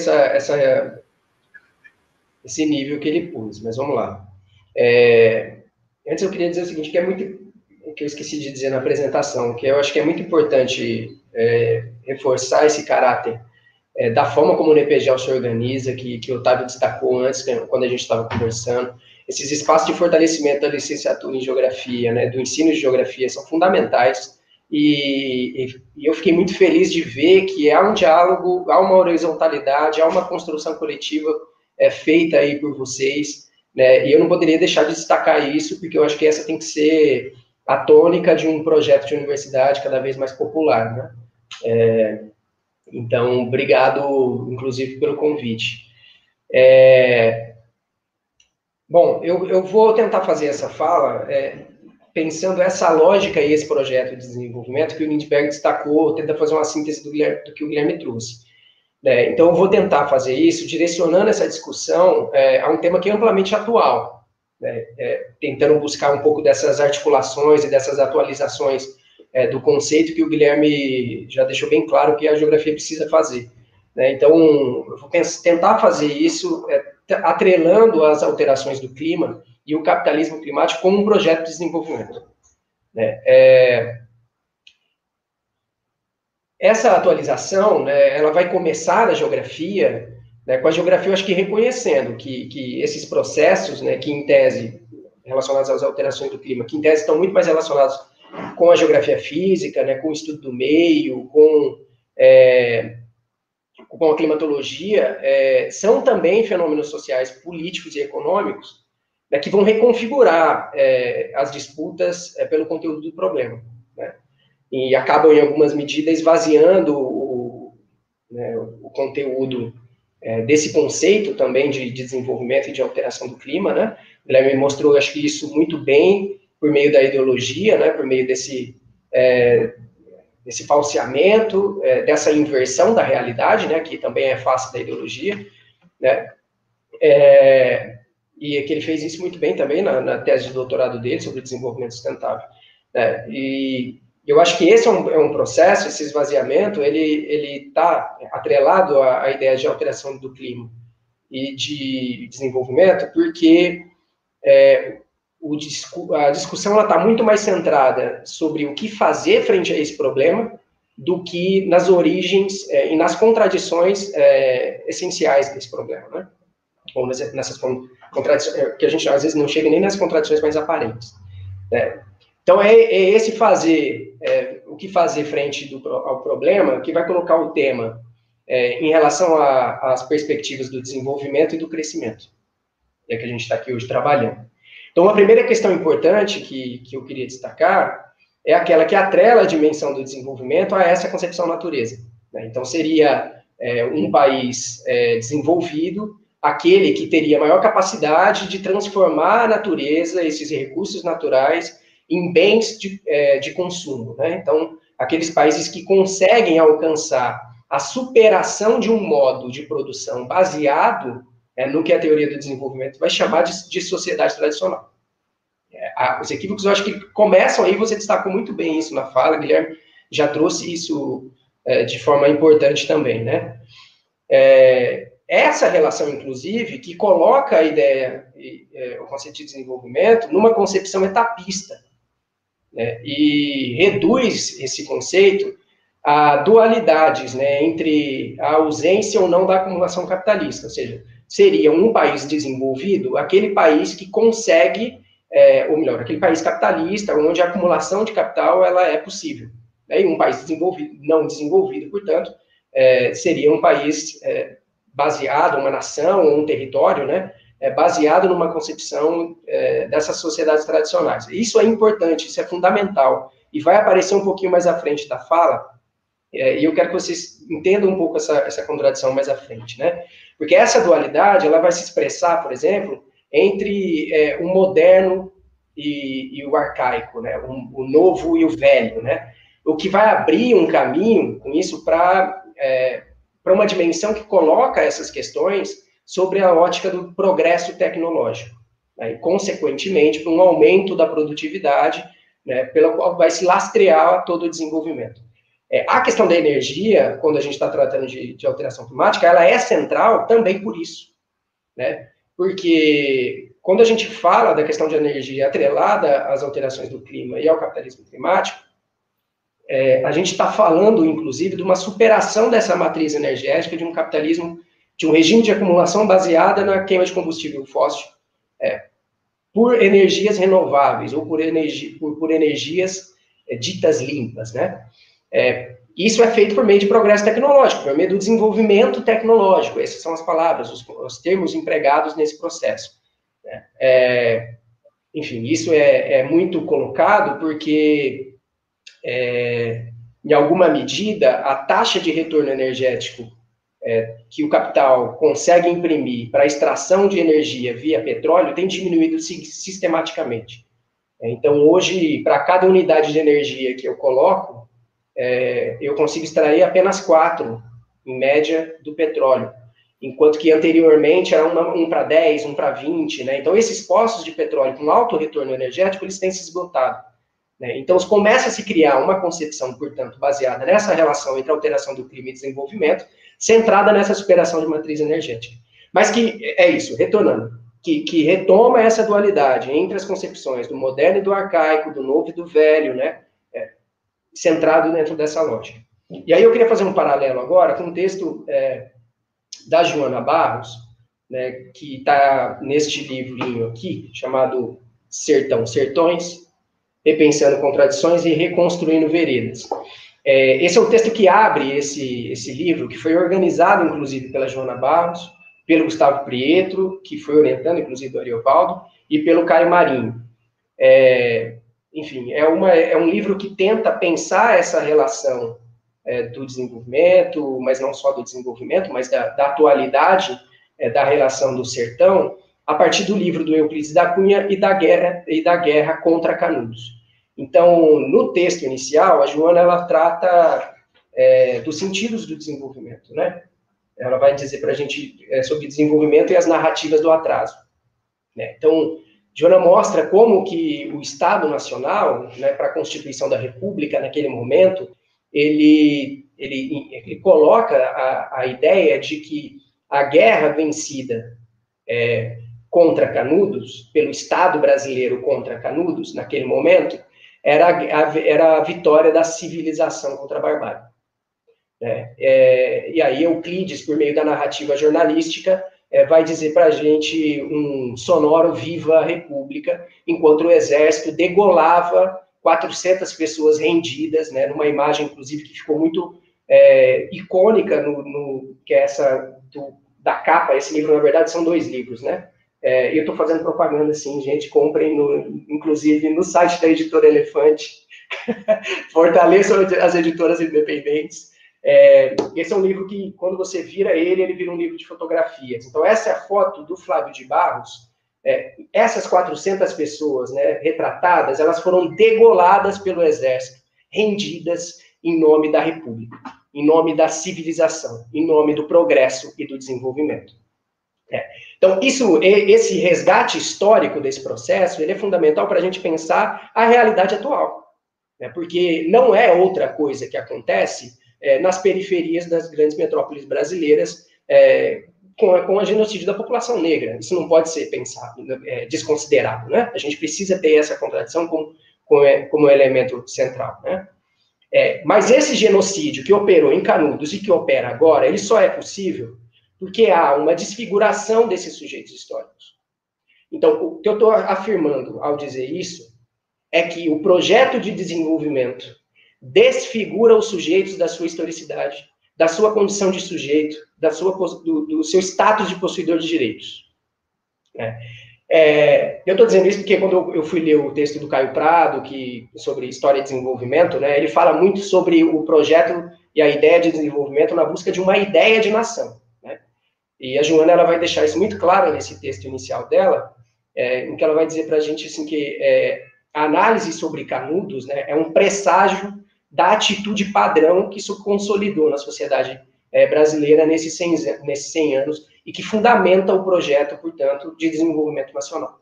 esse nível que ele pôs, mas vamos lá. Antes eu queria dizer o seguinte, que eu esqueci de dizer na apresentação, que eu acho que é muito importante reforçar esse caráter da forma como o NPGEL se organiza, que o Otávio destacou antes, quando a gente estava conversando. Esses espaços de fortalecimento da licenciatura em geografia, né, do ensino de geografia, são fundamentais, e eu fiquei muito feliz de ver que há um diálogo, há uma horizontalidade, há uma construção coletiva feita aí por vocês, né, e eu não poderia deixar de destacar isso, porque eu acho que essa tem que ser a tônica de um projeto de universidade cada vez mais popular, né? Então, obrigado, inclusive, pelo convite. Bom, eu vou tentar fazer essa fala pensando essa lógica e esse projeto de desenvolvimento que o Lindbergh destacou, tenta fazer uma síntese do que o Guilherme trouxe. Então, eu vou tentar fazer isso direcionando essa discussão a um tema que é amplamente atual, tentando buscar um pouco dessas articulações e dessas atualizações do conceito que o Guilherme já deixou bem claro que a geografia precisa fazer. Então, eu vou tentar fazer isso atrelando as alterações do clima e o capitalismo climático como um projeto de desenvolvimento. essa atualização, né, ela vai começar na geografia, né, com a geografia, eu acho que reconhecendo que esses processos, né, que em tese, relacionados às alterações do clima, que em tese estão muito mais relacionados com a geografia física, né, com o estudo do meio, com a climatologia, são também fenômenos sociais, políticos e econômicos, né, que vão reconfigurar as disputas pelo conteúdo do problema, né, e acabam, em algumas medidas, esvaziando o conteúdo desse conceito também de desenvolvimento e de alteração do clima, né. O Guilherme mostrou, acho que isso muito bem, por meio da ideologia, né, por meio desse falseamento, dessa inversão da realidade, né, que também é face da ideologia, né, e que ele fez isso muito bem também na tese de doutorado dele sobre desenvolvimento sustentável, né, e eu acho que esse é um processo, esse esvaziamento, ele está atrelado à ideia de alteração do clima e de desenvolvimento, porque a discussão está muito mais centrada sobre o que fazer frente a esse problema do que nas origens e nas contradições essenciais desse problema, né? Ou nessas contradições, que a gente às vezes não chega nem nas contradições mais aparentes, né? Então, esse o que fazer frente ao problema que vai colocar o tema em relação às perspectivas do desenvolvimento e do crescimento, que a gente está aqui hoje trabalhando. Então, a primeira questão importante que eu queria destacar é aquela que atrela a dimensão do desenvolvimento a essa concepção natureza, né? Então, seria um país desenvolvido, aquele que teria maior capacidade de transformar a natureza, esses recursos naturais, em bens de consumo, né? Então, aqueles países que conseguem alcançar a superação de um modo de produção baseado no que a teoria do desenvolvimento vai chamar de sociedade tradicional. Os equívocos, eu acho que começam aí, você destacou muito bem isso na fala, Guilherme, já trouxe isso de forma importante também, né? Essa relação, inclusive, que coloca a ideia, o conceito de desenvolvimento, numa concepção etapista, né, e reduz esse conceito a dualidades, né, entre a ausência ou não da acumulação capitalista, ou seja, seria um país desenvolvido, aquele país que consegue, ou melhor, aquele país capitalista, onde a acumulação de capital ela é possível, né, e um país desenvolvido, não desenvolvido, portanto, seria um país baseado, uma nação ou um território, né, baseado numa concepção dessas sociedades tradicionais. Isso é importante, isso é fundamental, e vai aparecer um pouquinho mais à frente da fala, e eu quero que vocês entendam um pouco essa contradição mais à frente, né? Porque essa dualidade, ela vai se expressar, por exemplo, entre o moderno e o arcaico, né? O novo e o velho, né? O que vai abrir um caminho, com isso, para uma dimensão que coloca essas questões sobre a ótica do progresso tecnológico, né, e, consequentemente, para um aumento da produtividade, né, pela qual vai se lastrear todo o desenvolvimento. A questão da energia, quando a gente está tratando de alteração climática, ela é central também por isso, né, porque quando a gente fala da questão de energia atrelada às alterações do clima e ao capitalismo climático, a gente está falando, inclusive, de uma superação dessa matriz energética de um capitalismo, de um regime de acumulação baseada na queima de combustível fóssil, por energias renováveis, ou por energias ditas limpas, né? Isso é feito por meio de progresso tecnológico, por meio do desenvolvimento tecnológico, essas são as palavras, os termos empregados nesse processo, né? Enfim, isso é muito colocado porque, em alguma medida, a taxa de retorno energético que o capital consegue imprimir para a extração de energia via petróleo tem diminuído sistematicamente. Então, hoje, para cada unidade de energia que eu coloco, eu consigo extrair apenas 4, em média, do petróleo, enquanto que anteriormente era 1 para 10, 1 para 20, né? Então, esses poços de petróleo com alto retorno energético, eles têm se esgotado, né? Então, começa a se criar uma concepção, portanto, baseada nessa relação entre alteração do clima e desenvolvimento, centrada nessa superação de matriz energética. Mas que, isso, retornando, que retoma essa dualidade entre as concepções do moderno e do arcaico, do novo e do velho, né, centrado dentro dessa lógica. E aí eu queria fazer um paralelo agora com um texto da Joana Barros, né, que está neste livrinho aqui, chamado Sertão, Sertões, Repensando Contradições e Reconstruindo Veredas. Esse é o texto que abre esse livro, que foi organizado, inclusive, pela Joana Barros, pelo Gustavo Prietro, que foi orientando, inclusive, do Ariovaldo, e pelo Caio Marinho. Enfim, é um livro que tenta pensar essa relação do desenvolvimento, mas não só do desenvolvimento, mas da atualidade da relação do sertão, a partir do livro do Euclides da Cunha e da guerra contra Canudos. Então, no texto inicial, a Joana ela trata dos sentidos do desenvolvimento, né? Ela vai dizer para a gente sobre desenvolvimento e as narrativas do atraso, né? Então, Joana mostra como que o Estado Nacional, né, para a Constituição da República, naquele momento, ele coloca a ideia de que a guerra vencida contra Canudos, pelo Estado brasileiro contra Canudos, naquele momento, era a vitória da civilização contra a barbárie. E aí Euclides, por meio da narrativa jornalística, vai dizer para a gente um sonoro viva a República, enquanto o exército degolava 400 pessoas rendidas, né, numa imagem, inclusive, que ficou muito icônica, que é essa da capa. Esse livro, na verdade, são 2 livros, né? Eu estou fazendo propaganda, assim, gente, comprem, inclusive, no site da Editora Elefante, fortaleçam as editoras independentes. Esse é um livro que, quando você vira ele vira um livro de fotografias. Então, essa é a foto do Flávio de Barros. Essas 400 pessoas, né, retratadas, elas foram degoladas pelo exército, rendidas em nome da República, em nome da civilização, em nome do progresso e do desenvolvimento. Então, esse resgate histórico desse processo, ele é fundamental para a gente pensar a realidade atual, né, porque não é outra coisa que acontece nas periferias das grandes metrópoles brasileiras, com a genocídio da população negra. Isso não pode ser pensado, desconsiderado, né? A gente precisa ter essa contradição como elemento central, né? Mas esse genocídio que operou em Canudos e que opera agora, ele só é possível porque há uma desfiguração desses sujeitos históricos. Então, o que eu estou afirmando ao dizer isso é que o projeto de desenvolvimento desfigura os sujeitos da sua historicidade, da sua condição de sujeito, do seu status de possuidor de direitos. Eu estou dizendo isso porque quando eu fui ler o texto do Caio Prado, sobre história e desenvolvimento, né, ele fala muito sobre o projeto e a ideia de desenvolvimento na busca de uma ideia de nação. Né? E a Joana ela vai deixar isso muito claro nesse texto inicial dela, em que ela vai dizer para a gente assim, que a análise sobre Canudos, né, é um presságio da atitude padrão que isso consolidou na sociedade brasileira nesses 100 anos e que fundamenta o projeto, portanto, de desenvolvimento nacional.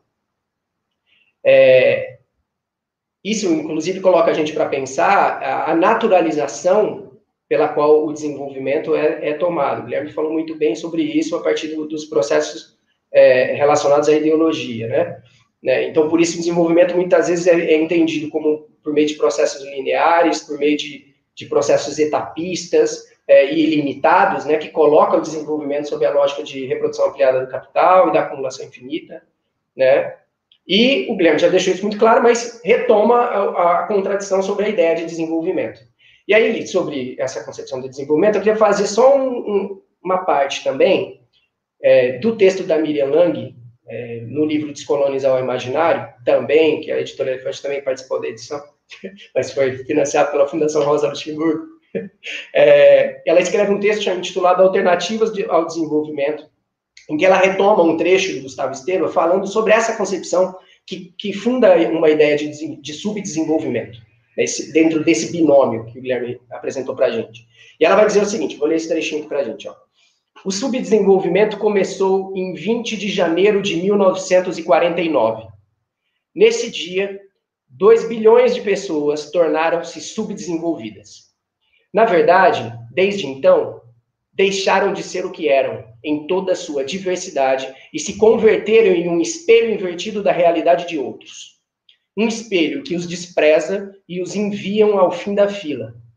Isso, inclusive, coloca a gente para pensar a naturalização pela qual o desenvolvimento é tomado. O Guilherme falou muito bem sobre isso a partir dos processos relacionados à ideologia, né? Então, por isso, o desenvolvimento muitas vezes é entendido como por meio de processos lineares, por meio de processos etapistas e ilimitados, né, que colocam o desenvolvimento sob a lógica de reprodução ampliada do capital e da acumulação infinita, né? E o Guilherme já deixou isso muito claro, mas retoma a contradição sobre a ideia de desenvolvimento. E aí, sobre essa concepção de desenvolvimento, eu queria fazer só uma parte também do texto da Miriam Lang, no livro Descolonizar o Imaginário, também, que a Editora Elefante também participou da edição, mas foi financiado pela Fundação Rosa Luxemburgo. Ela escreve um texto intitulado Alternativas ao Desenvolvimento, em que ela retoma um trecho do Gustavo Esteban falando sobre essa concepção que funda uma ideia de subdesenvolvimento, dentro desse binômio que o Guilherme apresentou para a gente. E ela vai dizer o seguinte, vou ler esse trechinho aqui para a gente, ó. O subdesenvolvimento começou em 20 de janeiro de 1949. Nesse dia, 2 bilhões de pessoas tornaram-se subdesenvolvidas. Na verdade, desde então, deixaram de ser o que eram, em toda a sua diversidade, e se converteram em um espelho invertido da realidade de outros. Um espelho que os despreza e os enviam ao fim da fila.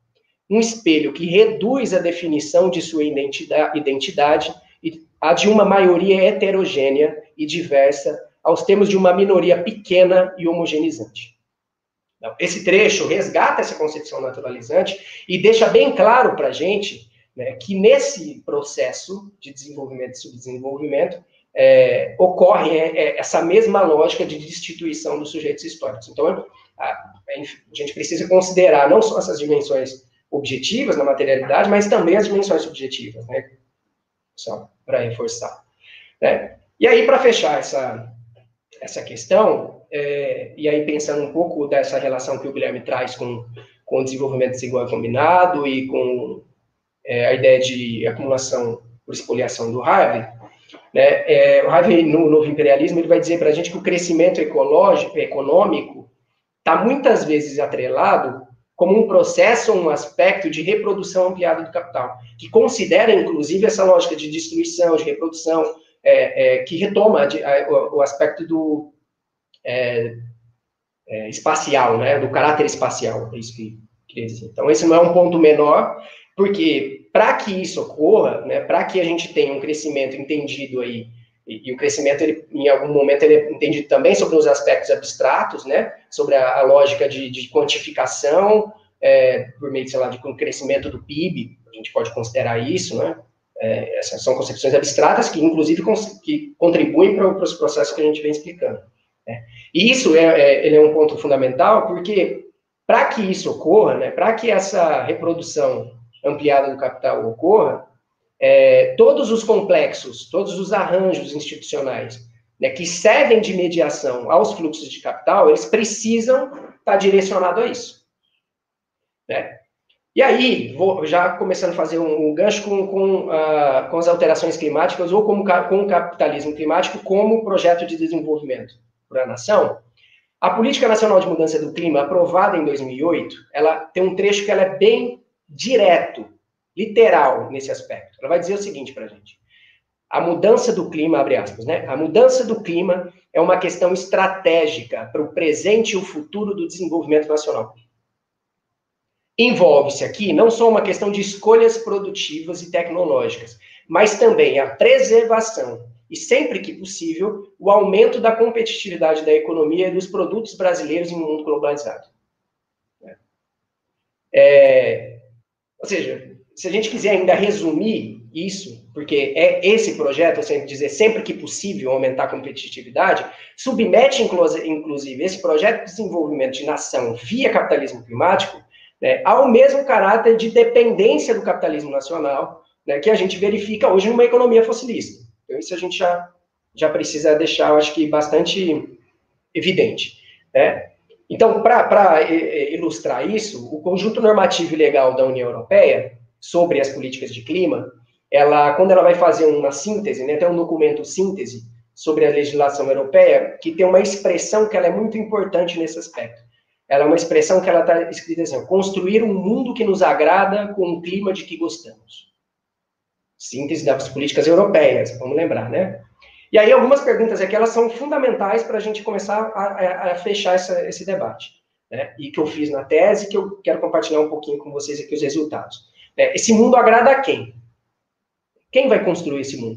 um espelho que reduz a definição de sua identidade e a de uma maioria heterogênea e diversa aos termos de uma minoria pequena e homogeneizante. Então, esse trecho resgata essa concepção naturalizante e deixa bem claro para a gente, né, que nesse processo de desenvolvimento e subdesenvolvimento ocorre essa mesma lógica de destituição dos sujeitos históricos. Então, a gente precisa considerar não só essas dimensões objetivas na materialidade, mas também as dimensões subjetivas, né? Só para reforçar. Né? E aí, para fechar essa questão, e aí pensando um pouco dessa relação que o Guilherme traz com o desenvolvimento desigual e combinado e com a ideia de acumulação por espoliação do Harvey, né? O Harvey, no Novo Imperialismo, ele vai dizer para a gente que o crescimento econômico está muitas vezes atrelado como um processo ou um aspecto de reprodução ampliada do capital, que considera, inclusive, essa lógica de destruição, de reprodução, que retoma o aspecto do espacial, né, do caráter espacial, é isso que queria dizer. Então, esse não é um ponto menor, porque para que isso ocorra, né, para que a gente tenha um crescimento entendido aí, e o crescimento, ele, em algum momento, ele é entendido também sobre os aspectos abstratos, né, sobre a lógica de quantificação, por meio, sei lá, de um crescimento do PIB, a gente pode considerar isso, né, essas são concepções abstratas que, inclusive, que contribuem para os processos que a gente vem explicando. Né. E isso ele é um ponto fundamental, porque para que isso ocorra, né, para que essa reprodução ampliada do capital ocorra, todos os complexos, todos os arranjos institucionais, né, que servem de mediação aos fluxos de capital, eles precisam estar direcionados a isso. Né? E aí, vou já começando a fazer um gancho com as alterações climáticas ou com o capitalismo climático como projeto de desenvolvimento para a nação. A Política Nacional de Mudança do Clima, aprovada em 2008, ela tem um trecho que ela é bem direto, literal nesse aspecto. Ela vai dizer o seguinte para a gente: a mudança do clima, abre aspas, né? A mudança do clima é uma questão estratégica para o presente e o futuro do desenvolvimento nacional. Envolve-se aqui não só uma questão de escolhas produtivas e tecnológicas, mas também a preservação e, sempre que possível, o aumento da competitividade da economia e dos produtos brasileiros em um mundo globalizado. Ou seja, se a gente quiser ainda resumir isso, porque esse projeto, eu sempre dizer, sempre que possível aumentar a competitividade, submete, inclusive, esse projeto de desenvolvimento de nação via capitalismo climático, né, ao mesmo caráter de dependência do capitalismo nacional, né, que a gente verifica hoje numa economia fossilista. Então, isso a gente já precisa deixar, eu acho que, bastante evidente. Né? Então, para ilustrar isso, o conjunto normativo e legal da União Europeia sobre as políticas de clima, quando ela vai fazer uma síntese, né, tem um documento síntese sobre a legislação europeia, que tem uma expressão que ela é muito importante nesse aspecto. Ela é uma expressão que ela está escrita assim: construir um mundo que nos agrada com um clima de que gostamos. Síntese das políticas europeias, vamos lembrar, né? E aí algumas perguntas aqui, elas são fundamentais para a gente começar a fechar esse debate, né? E que eu fiz na tese, que eu quero compartilhar um pouquinho com vocês aqui os resultados. Esse mundo agrada a quem? Quem vai construir esse mundo?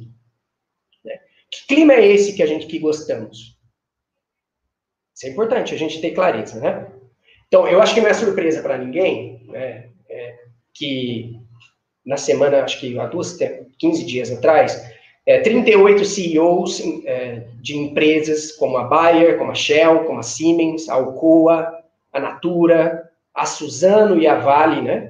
Que clima é esse que gostamos? Isso é importante, a gente ter clareza, né? Então, eu acho que não é surpresa para ninguém, né, que na semana, acho que há 15 dias atrás, 38 CEOs de empresas como a Bayer, como a Shell, como a Siemens, a Alcoa, a Natura, a Suzano e a Vale, né,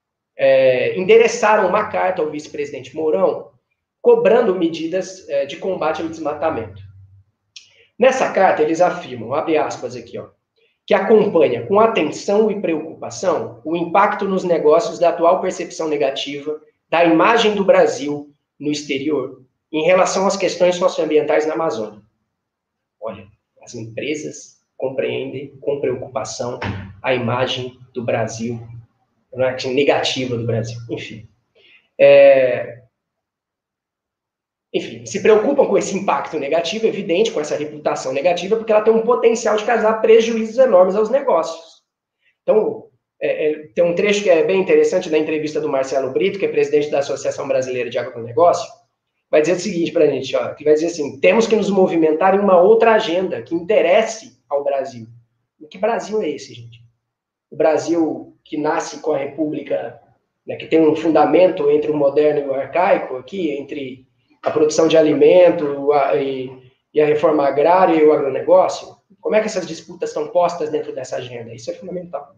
endereçaram uma carta ao vice-presidente Mourão, cobrando medidas de combate ao desmatamento. Nessa carta, eles afirmam, abre aspas aqui, ó, que acompanha com atenção e preocupação o impacto nos negócios da atual percepção negativa da imagem do Brasil no exterior em relação às questões socioambientais na Amazônia. Olha, as empresas compreendem com preocupação a imagem do Brasil, a imagem negativa do Brasil, enfim. Enfim, se preocupam com esse impacto negativo, evidente, com essa reputação negativa, porque ela tem um potencial de causar prejuízos enormes aos negócios. Então, tem um trecho que é bem interessante da entrevista do Marcelo Brito, que é presidente da Associação Brasileira de Agronegócio, vai dizer o seguinte para a gente, ó, que vai dizer assim, temos que nos movimentar em uma outra agenda que interesse ao Brasil. E que Brasil é esse, gente? O Brasil que nasce com a República, né, que tem um fundamento entre o moderno e o arcaico aqui, entre a produção de alimento e a reforma agrária e o agronegócio? Como é que essas disputas estão postas dentro dessa agenda? Isso é fundamental.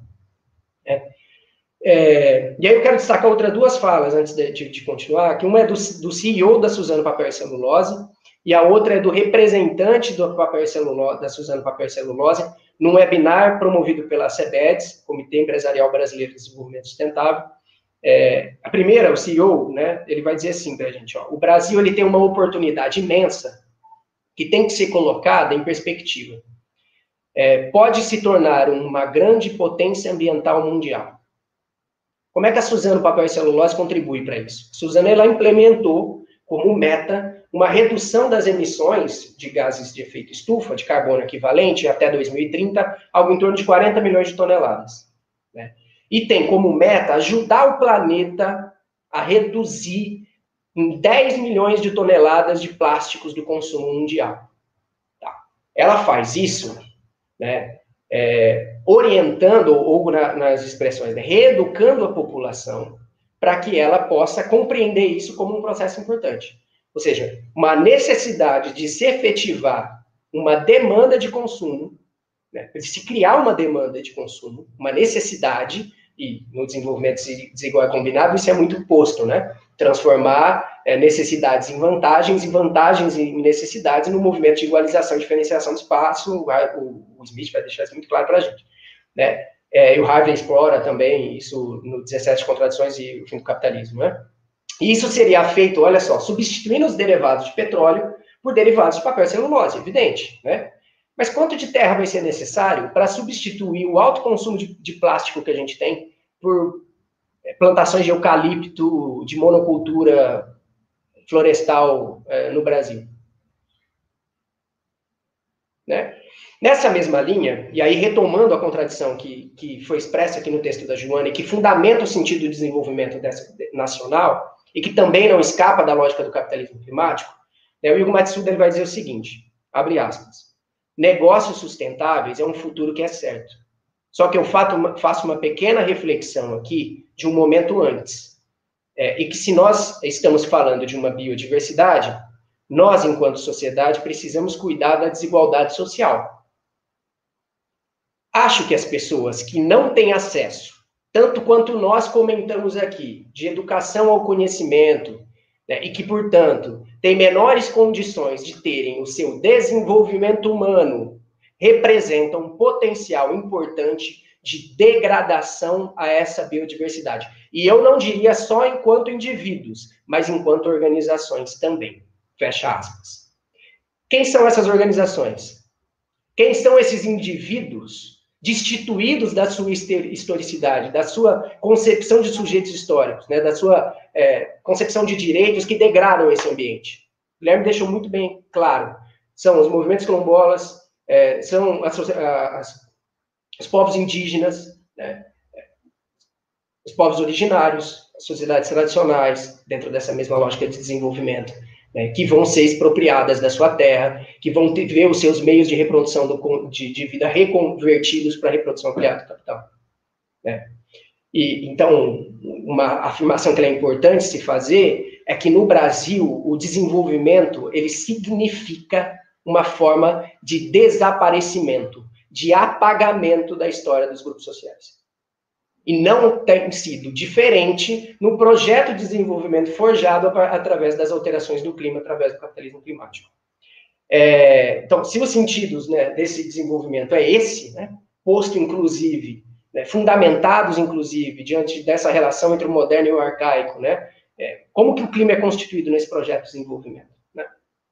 E aí eu quero destacar outras duas falas antes de continuar, que uma é do CEO da Suzano Papel e Celulose, e a outra é do representante do papel e celulose, da Suzano Papel e Celulose, num webinar promovido pela CEBEDS, Comitê Empresarial Brasileiro de Desenvolvimento Sustentável. A primeira, o CEO, né, ele vai dizer assim para a gente, ó, o Brasil ele tem uma oportunidade imensa que tem que ser colocada em perspectiva. Pode se tornar uma grande potência ambiental mundial. Como é que a Suzano Papel e Celulose contribui para isso? A Suzano ela implementou como meta uma redução das emissões de gases de efeito estufa, de carbono equivalente, até 2030, algo em torno de 40 milhões de toneladas. Né? E tem como meta ajudar o planeta a reduzir em 10 milhões de toneladas de plásticos do consumo mundial. Tá? Ela faz isso, né, orientando, ou nas expressões, né, reeducando a população para que ela possa compreender isso como um processo importante. Ou seja, uma necessidade de se efetivar uma demanda de consumo, né, de se criar uma demanda de consumo, uma necessidade, e no desenvolvimento desigual e combinado isso é muito posto, né? Transformar necessidades em vantagens e vantagens em necessidades no movimento de igualização e diferenciação do espaço. O Smith vai deixar isso muito claro para a gente. Né? E o Harvey explora também isso no 17 Contradições e o Fim do Capitalismo. Né? E isso seria feito, olha só, substituindo os derivados de petróleo por derivados de papel e celulose, evidente. Né? Mas quanto de terra vai ser necessário para substituir o alto consumo de plástico que a gente tem por plantações de eucalipto, de monocultura florestal no Brasil? Né? Nessa mesma linha, e aí retomando a contradição que foi expressa aqui no texto da Joana, e que fundamenta o sentido do desenvolvimento nacional, e que também não escapa da lógica do capitalismo climático, né, o Hugo Matsuda ele vai dizer o seguinte, abre aspas, negócios sustentáveis é um futuro que é certo. Só que eu faço uma pequena reflexão aqui de um momento antes. E que se nós estamos falando de uma biodiversidade, nós, enquanto sociedade, precisamos cuidar da desigualdade social. Acho que as pessoas que não têm acesso, tanto quanto nós comentamos aqui, de educação ao conhecimento, né, e que, portanto, têm menores condições de terem o seu desenvolvimento humano, representam um potencial importante de degradação a essa biodiversidade. E eu não diria só enquanto indivíduos, mas enquanto organizações também. Fecha aspas. Quem são essas organizações? Quem são esses indivíduos destituídos da sua historicidade, da sua concepção de sujeitos históricos, né, da sua concepção de direitos que degradam esse ambiente? O Guilherme deixou muito bem claro. São os movimentos quilombolas, são os povos indígenas, né, os povos originários, as sociedades tradicionais, dentro dessa mesma lógica de desenvolvimento, né, que vão ser expropriadas da sua terra, que vão ver os seus meios de reprodução de vida reconvertidos para a reprodução criada do capital. Né? E, então, uma afirmação que é importante se fazer é que, no Brasil, o desenvolvimento, ele significa uma forma de desaparecimento, de apagamento da história dos grupos sociais. E não tem sido diferente no projeto de desenvolvimento forjado através das alterações do clima, através do capitalismo climático. Então, se os sentidos, né, desse desenvolvimento é esse, né, posto inclusive, né, fundamentados inclusive, diante dessa relação entre o moderno e o arcaico, né, como que o clima é constituído nesse projeto de desenvolvimento? Né?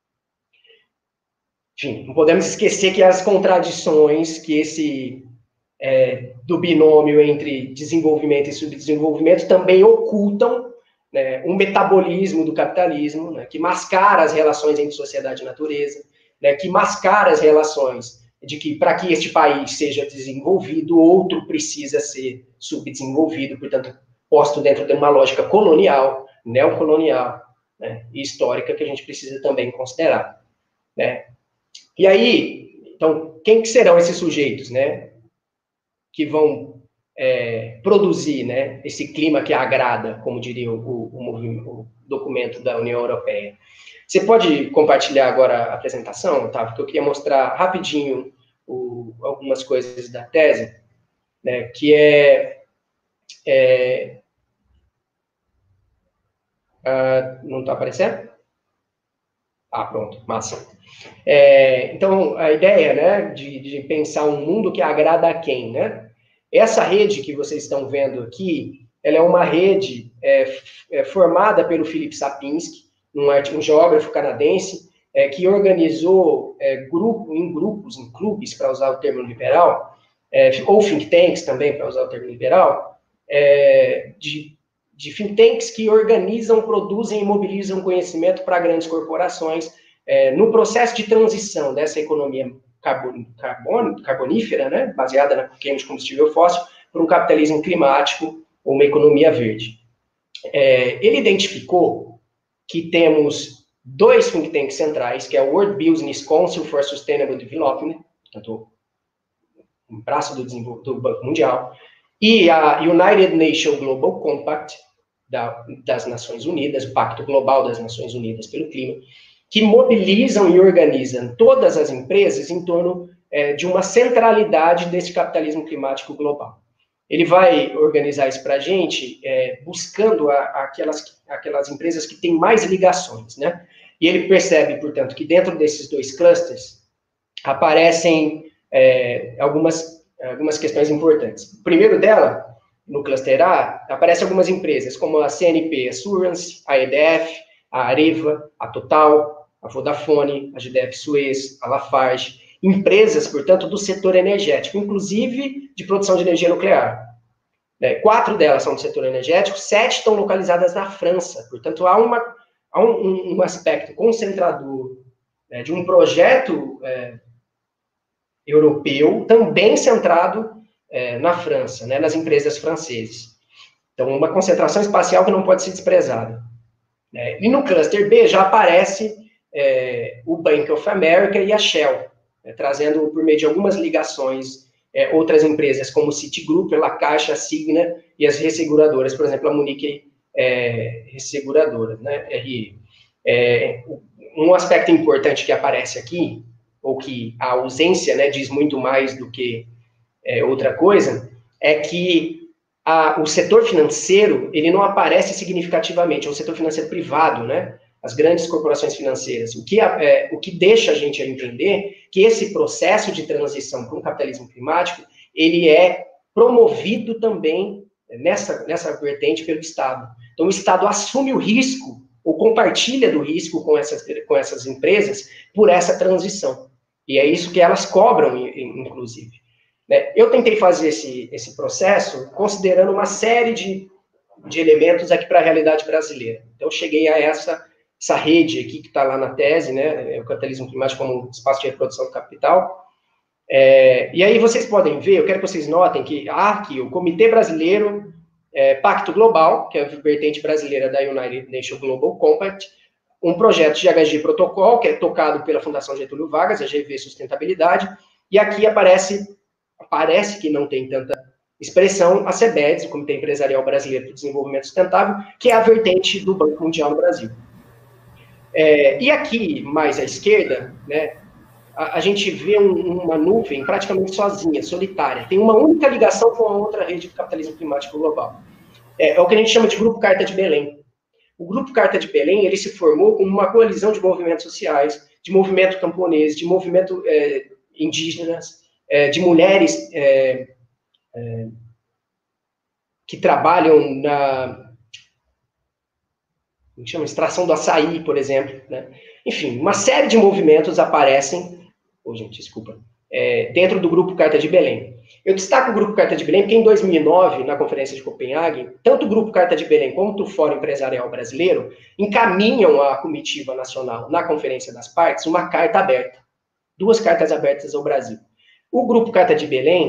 Enfim, não podemos esquecer que as contradições que do binômio entre desenvolvimento e subdesenvolvimento também ocultam, né, um metabolismo do capitalismo, né, que mascara as relações entre sociedade e natureza, né, que mascara as relações de que, para que este país seja desenvolvido, outro precisa ser subdesenvolvido, portanto, posto dentro de uma lógica colonial, neocolonial, né, e histórica que a gente precisa também considerar, né? E aí, então, quem que serão esses sujeitos, né, que vão produzir, né, esse clima que agrada, como diria o documento da União Europeia? Você pode compartilhar agora a apresentação, Otávio, porque eu queria mostrar rapidinho algumas coisas da tese, né, que não está aparecendo? Ah, pronto, massa. Então, a ideia, né, de pensar um mundo que agrada a quem, né? Essa rede que vocês estão vendo aqui, ela é uma rede formada pelo Philip Sapinski, um geógrafo canadense, que organizou em clubes, para usar o termo liberal, ou think tanks também, para usar o termo liberal, de think tanks que organizam, produzem e mobilizam conhecimento para grandes corporações no processo de transição dessa economia carbonífera, né, baseada na queima de combustível fóssil, para um capitalismo climático ou uma economia verde. Ele identificou que temos 2 think tanks centrais, que é o World Business Council for Sustainable Development, portanto, um braço do Banco Mundial, e a United Nations Global Compact, das Nações Unidas, o Pacto Global das Nações Unidas pelo Clima, que mobilizam e organizam todas as empresas em torno de uma centralidade desse capitalismo climático global. Ele vai organizar isso para a gente buscando aquelas empresas que têm mais ligações, né? E ele percebe, portanto, que dentro desses 2 clusters aparecem algumas questões importantes. O primeiro dela, no cluster A, aparecem algumas empresas, como a CNP Assurance, a EDF, a Areva, a Total, a Vodafone, a GDF Suez, a Lafarge, empresas, portanto, do setor energético, inclusive de produção de energia nuclear. 4 delas são do setor energético, 7 estão localizadas na França. Portanto, há um aspecto concentrador de um projeto europeu também centrado na França, né, nas empresas francesas. Então, uma concentração espacial que não pode ser desprezada. E no cluster B já aparece o Bank of America e a Shell, trazendo por meio de algumas ligações outras empresas como Citigroup, La Caixa, Signa e as resseguradoras, por exemplo, a Munique Resseguradora, né, RE. Um aspecto importante que aparece aqui, ou que a ausência, né, diz muito mais do que outra coisa, é que o setor financeiro, ele não aparece significativamente, é um setor financeiro privado, né, as grandes corporações financeiras, o que deixa a gente a entender que esse processo de transição para um capitalismo climático, ele é promovido também nessa vertente pelo Estado. Então, o Estado assume o risco, ou compartilha do risco com essas empresas, por essa transição. E é isso que elas cobram, inclusive. Eu tentei fazer esse processo considerando uma série de elementos aqui para a realidade brasileira. Então, eu cheguei a essa rede aqui que está lá na tese, né, o capitalismo climático como espaço de reprodução do capital. E aí vocês podem ver, eu quero que vocês notem que há aqui o Comitê Brasileiro Pacto Global, que é a vertente brasileira da United Nations Global Compact, um projeto de GHG Protocol, que é tocado pela Fundação Getúlio Vargas, a GV Sustentabilidade, e aqui parece que não tem tanta expressão, a CBEDS, o Comitê Empresarial Brasileiro para o Desenvolvimento Sustentável, que é a vertente do Banco Mundial no Brasil. E aqui, mais à esquerda, né, a gente vê uma nuvem praticamente sozinha, solitária. Tem uma única ligação com a outra rede do capitalismo climático global. É o que a gente chama de Grupo Carta de Belém. O Grupo Carta de Belém, ele se formou como uma coalizão de movimentos sociais, de movimento camponês, de movimento indígenas, de mulheres que trabalham na extração do açaí, por exemplo, né? Enfim, uma série de movimentos aparecem, dentro do Grupo Carta de Belém. Eu destaco o Grupo Carta de Belém porque em 2009, na Conferência de Copenhague, tanto o Grupo Carta de Belém quanto o Fórum Empresarial Brasileiro encaminham à comitiva nacional, na Conferência das Partes, uma carta aberta. 2 cartas abertas ao Brasil. O Grupo Carta de Belém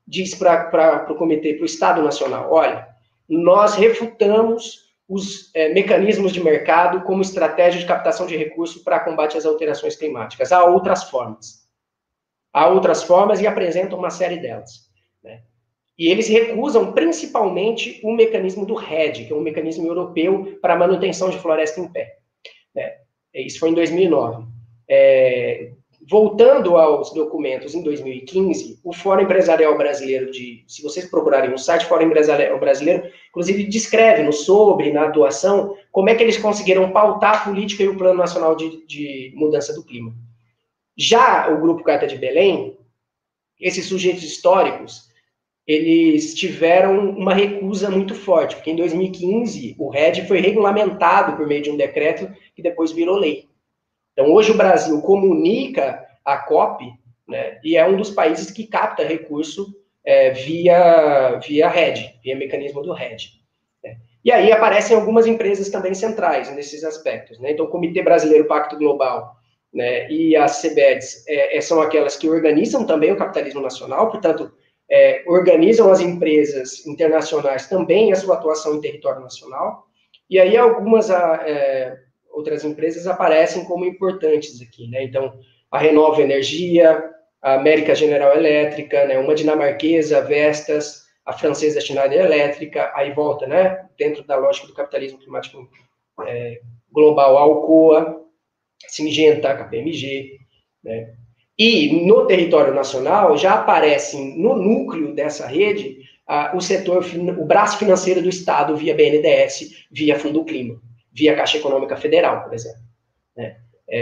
diz para o comitê, para o Estado Nacional, olha, nós refutamos os mecanismos de mercado como estratégia de captação de recursos para combate às alterações climáticas. Há outras formas. Há outras formas e apresentam uma série delas, né? E eles recusam principalmente o mecanismo do REDD, que é um mecanismo europeu para a manutenção de floresta em pé, né? Isso foi em 2009. Voltando aos documentos, em 2015, o Fórum Empresarial Brasileiro, se vocês procurarem no site, Fórum Empresarial Brasileiro, inclusive descreve na atuação, como é que eles conseguiram pautar a política e o Plano Nacional de Mudança do Clima. Já o Grupo Carta de Belém, esses sujeitos históricos, eles tiveram uma recusa muito forte, porque em 2015 o REDD foi regulamentado por meio de um decreto que depois virou lei. Então, hoje o Brasil comunica a COP, né, e é um dos países que capta recurso via REDD, via mecanismo do REDD. Né. E aí aparecem algumas empresas também centrais nesses aspectos, né? Então, o Comitê Brasileiro Pacto Global, né, e as CBEDs são aquelas que organizam também o capitalismo nacional, portanto, organizam as empresas internacionais também a sua atuação em território nacional, e aí algumas outras empresas aparecem como importantes aqui, né? Então, a Renova Energia, a América General Elétrica, né? Uma dinamarquesa, a Vestas, a francesa Schneider Elétrica, aí volta, né? Dentro da lógica do capitalismo climático global, a Alcoa, Singenta, a KPMG, né? E no território nacional já aparecem no núcleo dessa rede o braço financeiro do Estado via BNDES, via Fundo Clima, via Caixa Econômica Federal, por exemplo, né?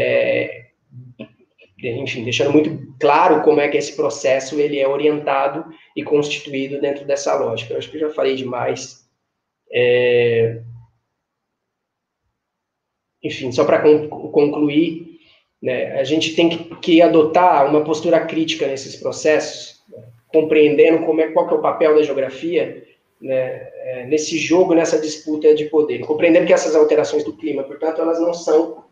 Enfim, deixando muito claro como é que esse processo ele é orientado e constituído dentro dessa lógica. Eu acho que eu já falei demais. Enfim, só para concluir, né, a gente tem que adotar uma postura crítica nesses processos, né, compreendendo qual que é o papel da geografia, né, nesse jogo, nessa disputa de poder, compreendendo que essas alterações do clima, portanto, elas não são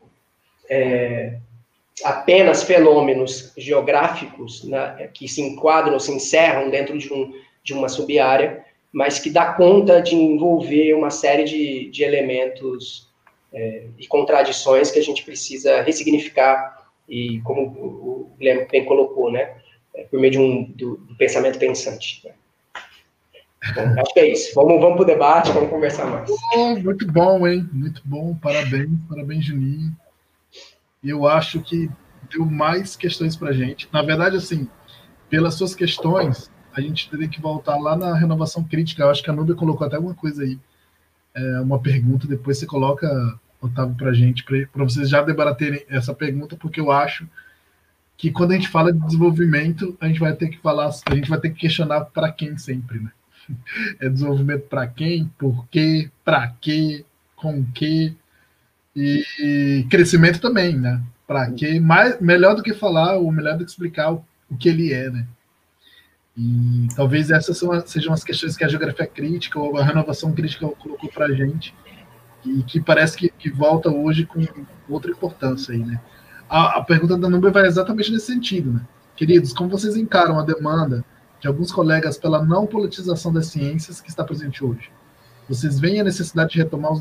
apenas fenômenos geográficos, né, que se enquadram, se encerram dentro de uma sub-área, mas que dá conta de envolver uma série de elementos e contradições que a gente precisa ressignificar, e como o Guilherme bem colocou, né, por meio do pensamento pensante, né. Bom, acho que é isso. Vamos para o debate, vamos conversar mais. Muito bom, hein? Muito bom. Parabéns, Juninho. Eu acho que deu mais questões para a gente. Na verdade, assim, pelas suas questões, a gente teria que voltar lá na renovação crítica. Eu acho que a Núbia colocou até alguma coisa aí, uma pergunta. Depois você coloca, Otávio, para a gente, para vocês já debaterem essa pergunta, porque eu acho que quando a gente fala de desenvolvimento, a gente vai ter que questionar para quem sempre, né? É desenvolvimento para quem, por quê, para quê, com quê, e crescimento também, né? Para quê, melhor do que falar, ou melhor do que explicar o que ele é, né? E talvez essas sejam as questões que a geografia crítica ou a renovação crítica colocou para a gente, e que parece que volta hoje com outra importância aí, né? A pergunta da Núbia vai exatamente nesse sentido, né? Queridos, como vocês encaram a demanda de alguns colegas pela não politização das ciências que está presente hoje? Vocês veem a necessidade de retomar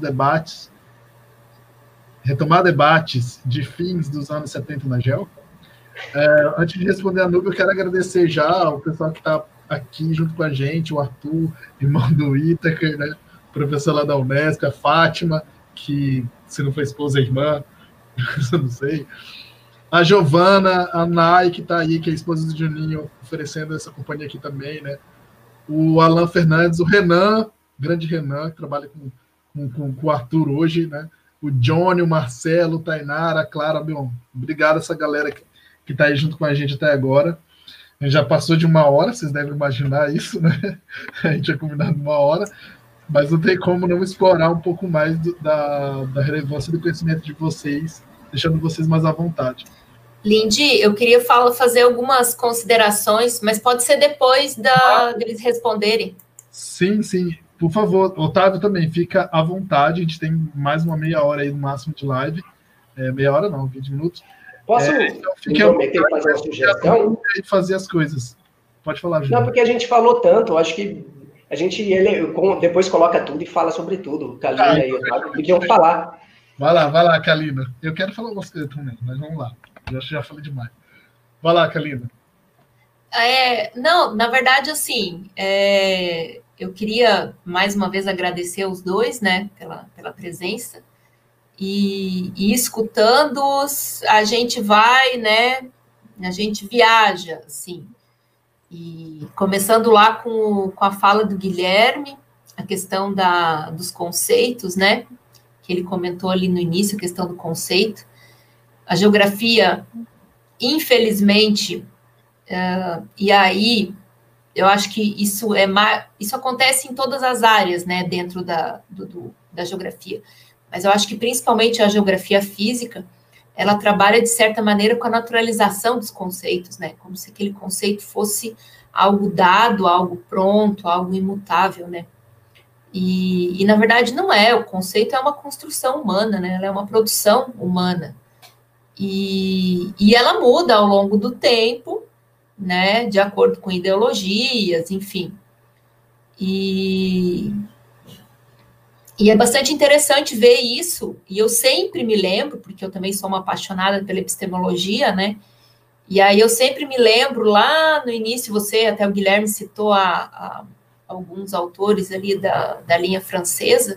debates de fins dos anos 70 na GEL? Antes de responder a Núbia, eu quero agradecer já o pessoal que está aqui junto com a gente, o Arthur, irmão do Ítaca, né? Professor lá da Unesco, a Fátima, que se não for esposa, é irmã, eu não sei. A Giovana, a Nai, que está aí, que é a esposa do Juninho, oferecendo essa companhia aqui também, né? O Alan Fernandes, o Renan, grande Renan, que trabalha com o Arthur hoje, né? O Johnny, o Marcelo, o Tainara, a Clara, obrigado a essa galera que está aí junto com a gente até agora. A gente já passou de 1 hora, vocês devem imaginar isso, né? A gente tinha combinado 1 hora, mas não tem como não explorar um pouco mais da relevância do conhecimento de vocês, deixando vocês mais à vontade. Lindy, eu queria fazer algumas considerações, mas pode ser depois deles responderem. Sim, por favor. Otávio também, fica à vontade, a gente tem mais uma meia hora aí no máximo de live. Meia hora não, 20 minutos. Posso então, fazer uma sugestão? E fazer as coisas. Pode falar, Júlio. Não, porque a gente falou tanto, acho que a gente depois coloca tudo e fala sobre tudo. Kalina e Otávio podiam falar. Vai lá, Kalina. Eu quero falar algumas coisas também, mas vamos lá. Eu já falei demais. Vai lá, Kalina. Não, na verdade, assim, eu queria mais uma vez agradecer os dois, né, pela presença. E escutando-os, a gente vai, né, a gente viaja, assim. E começando lá com a fala do Guilherme, a questão dos conceitos, né, que ele comentou ali no início, a questão do conceito. A geografia, infelizmente, e aí eu acho que isso acontece em todas as áreas, né, dentro da geografia. Mas eu acho que principalmente a geografia física, ela trabalha de certa maneira com a naturalização dos conceitos, né, como se aquele conceito fosse algo dado, algo pronto, algo imutável, né. E na verdade não é, o conceito é uma construção humana, né, ela é uma produção humana. E ela muda ao longo do tempo, né, de acordo com ideologias, enfim. E é bastante interessante ver isso, e eu sempre me lembro, porque eu também sou uma apaixonada pela epistemologia, né, e aí eu sempre me lembro, lá no início, até o Guilherme citou alguns autores ali da linha francesa,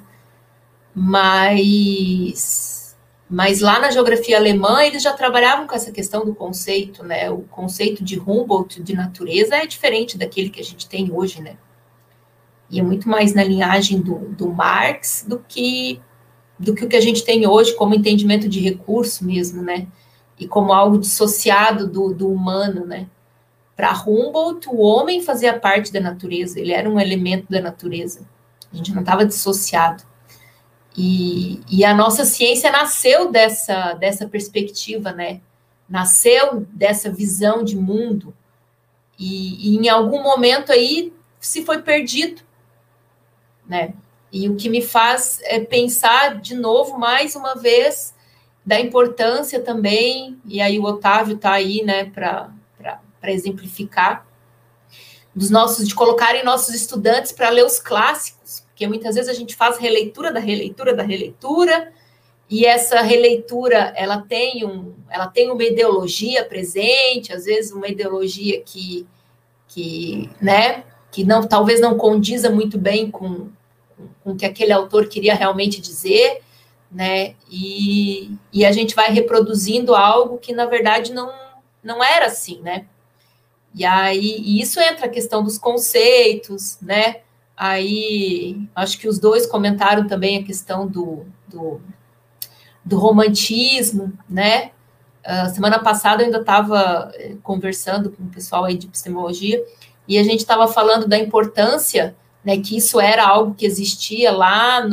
mas lá na geografia alemã eles já trabalhavam com essa questão do conceito, né? O conceito de Humboldt de natureza é diferente daquele que a gente tem hoje, né? E é muito mais na linhagem do Marx do que o que a gente tem hoje como entendimento de recurso mesmo, né? E como algo dissociado do humano, né? Para Humboldt, o homem fazia parte da natureza, ele era um elemento da natureza. A gente não estava dissociado. E a nossa ciência nasceu dessa perspectiva, né? Nasceu dessa visão de mundo. E em algum momento aí se foi perdido, né? E o que me faz pensar de novo, mais uma vez, da importância também, e aí o Otávio está aí, né, para exemplificar, de colocarem nossos estudantes para ler os clássicos, porque muitas vezes a gente faz releitura da releitura da releitura, e essa releitura, ela tem uma ideologia presente, às vezes uma ideologia que né, que talvez não condiza muito bem com o que aquele autor queria realmente dizer, né, e a gente vai reproduzindo algo que, na verdade, não era assim, né. E isso entra a questão dos conceitos, né? Aí, acho que os dois comentaram também a questão do romantismo, né? Semana passada eu ainda estava conversando com o pessoal aí de epistemologia, e a gente estava falando da importância, né, que isso era algo que existia lá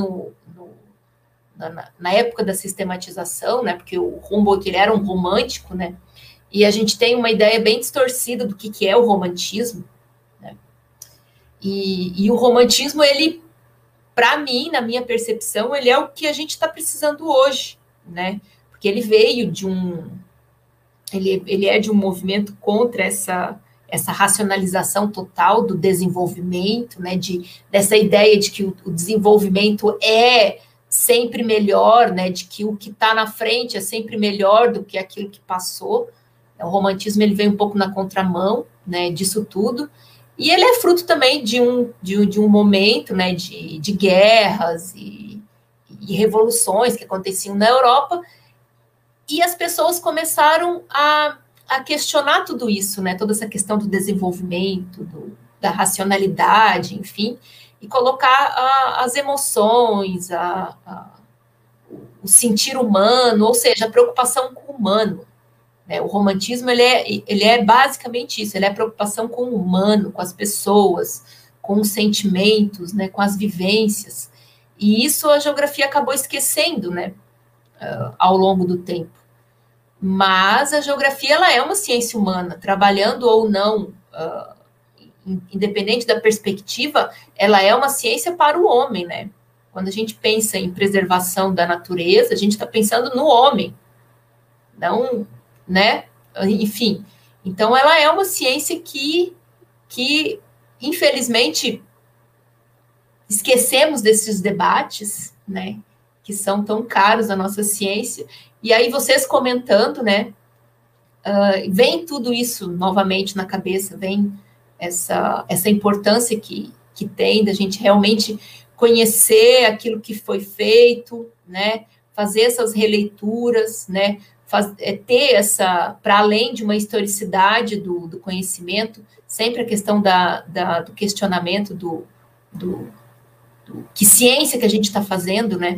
na época da sistematização, né? Porque o Humboldt, ele era um romântico, né? E a gente tem uma ideia bem distorcida do que é o romantismo, né? E o romantismo, ele, para mim, na minha percepção, ele é o que a gente está precisando hoje, né? Porque ele veio ele é de um movimento contra essa racionalização total do desenvolvimento, né? Dessa ideia de que o desenvolvimento é sempre melhor, né? De que o que está na frente é sempre melhor do que aquilo que passou. O romantismo, ele vem um pouco na contramão, né, disso tudo, e ele é fruto também de um momento, né, de guerras e revoluções que aconteciam na Europa, e as pessoas começaram a questionar tudo isso, né, toda essa questão do desenvolvimento, da racionalidade, enfim, e colocar as emoções, o sentir humano, ou seja, a preocupação com o humano. O romantismo, ele é basicamente isso, ele é a preocupação com o humano, com as pessoas, com os sentimentos, né, com as vivências, e isso a geografia acabou esquecendo, né, ao longo do tempo. Mas a geografia, ela é uma ciência humana, trabalhando ou não, independente da perspectiva, ela é uma ciência para o homem, né? Quando a gente pensa em preservação da natureza, a gente está pensando no homem, não, né? Enfim, então ela é uma ciência que que, infelizmente, esquecemos desses debates, né, que são tão caros à nossa ciência. E aí vocês comentando, né, vem tudo isso novamente na cabeça, vem essa importância que tem da gente realmente conhecer aquilo que foi feito, né, fazer essas releituras, né, ter essa, para além de uma historicidade do conhecimento, sempre a questão do questionamento do que ciência que a gente está fazendo, né?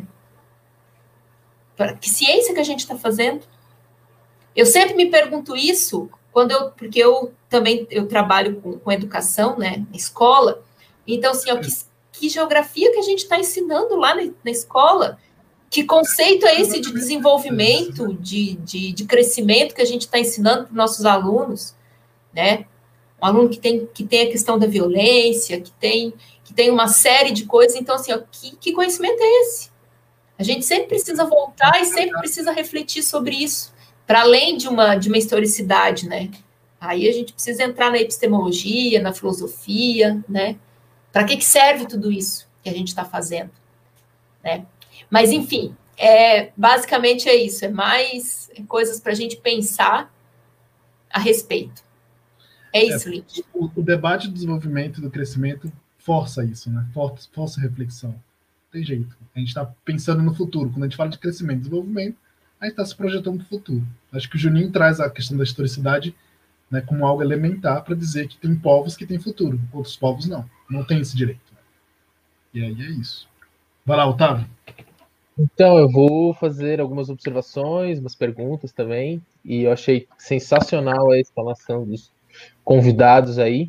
Que ciência que a gente está fazendo? Eu sempre me pergunto isso porque eu também trabalho com educação, né, na escola. Então, assim, que geografia que a gente está ensinando lá na escola? Que conceito é esse de desenvolvimento, de crescimento que a gente está ensinando para os nossos alunos, né? Um aluno que tem a questão da violência, que tem uma série de coisas. Então, assim, que conhecimento é esse? A gente sempre precisa voltar e sempre precisa refletir sobre isso, para além de uma historicidade, né? Aí a gente precisa entrar na epistemologia, na filosofia, né? Para que serve tudo isso que a gente está fazendo, né? Mas, enfim, basicamente é isso, mais coisas para a gente pensar a respeito. É isso, Link. O debate do desenvolvimento e do crescimento força isso, né? Força a reflexão. Não tem jeito. A gente está pensando no futuro. Quando a gente fala de crescimento e desenvolvimento, a gente está se projetando para o futuro. Acho que o Juninho traz a questão da historicidade, né, como algo elementar para dizer que tem povos que têm futuro, outros povos não. Não tem esse direito. E aí é isso. Vai lá, Otávio. Então, eu vou fazer algumas observações, umas perguntas também, e eu achei sensacional a explanação dos convidados aí.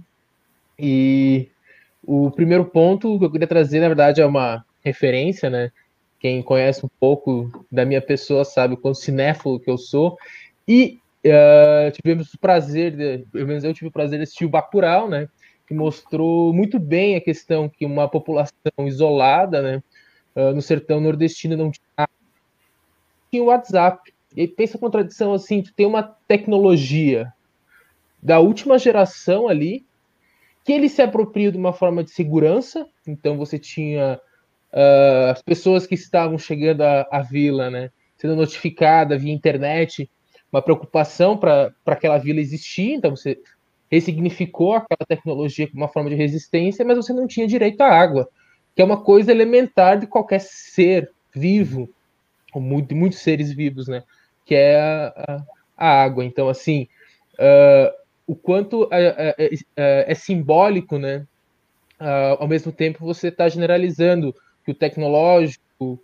E o primeiro ponto que eu queria trazer, na verdade, é uma referência, né? Quem conhece um pouco da minha pessoa sabe o quão cinéfilo que eu sou. E tivemos o prazer, pelo menos eu tive o prazer de assistir o Bacurau, né? Que mostrou muito bem a questão que uma população isolada, né? No sertão nordestino não tinha o WhatsApp. E aí pensa a contradição assim, tu tem uma tecnologia da última geração ali, que ele se apropria de uma forma de segurança. Então você tinha as pessoas que estavam chegando à vila, né, sendo notificada via internet, uma preocupação para aquela vila existir. Então você ressignificou aquela tecnologia como uma forma de resistência, mas você não tinha direito à água, que é uma coisa elementar de qualquer ser vivo, ou muitos seres vivos, né, que é a água. Então, assim, o quanto é simbólico, né, ao mesmo tempo você está generalizando que o tecnológico,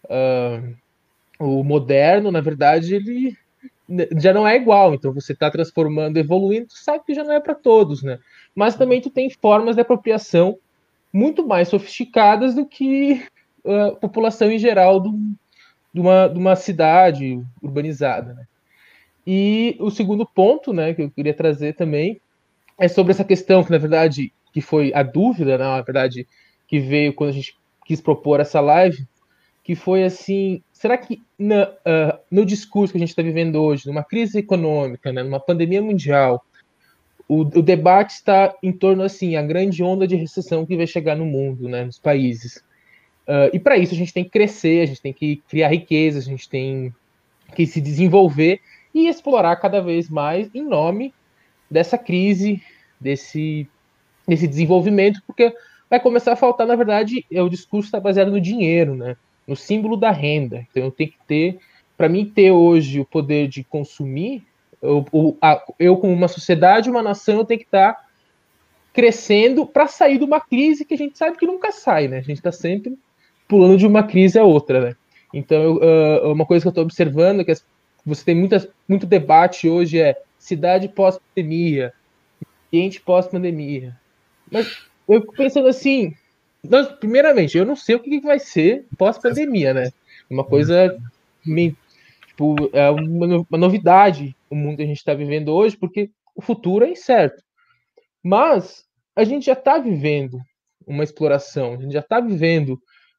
o moderno, na verdade, ele já não é igual. Então você está transformando, evoluindo, tu sabe que já não é para todos, né? Mas também tu tem formas de apropriação muito mais sofisticadas do que a população em geral de uma cidade urbanizada, né? E o segundo ponto, né, que eu queria trazer também é sobre essa questão que, na verdade, que foi a dúvida, né, na verdade, que veio quando a gente quis propor essa live, que foi assim, será que no discurso que a gente está vivendo hoje, numa crise econômica, né, numa pandemia mundial, o debate está em torno, assim, a grande onda de recessão que vai chegar no mundo, né, nos países. E para isso a gente tem que crescer, a gente tem que criar riqueza, a gente tem que se desenvolver e explorar cada vez mais em nome dessa crise, desse desenvolvimento, porque vai começar a faltar, na verdade, o discurso está baseado no dinheiro, né? No símbolo da renda. Então eu tenho que ter, para mim ter hoje o poder de consumir, eu como uma sociedade, uma nação, eu tenho que estar crescendo para sair de uma crise que a gente sabe que nunca sai, né? A gente está sempre pulando de uma crise a outra, né? Então, uma coisa que eu estou observando é que você tem muito debate hoje cidade pós-pandemia, ambiente pós-pandemia. Mas eu fico pensando assim, primeiramente, eu não sei o que vai ser pós-pandemia, né? Uma coisa, tipo, é uma novidade o mundo que a gente está vivendo hoje, porque o futuro é incerto. Mas a gente já está vivendo uma exploração, a gente já está vivendo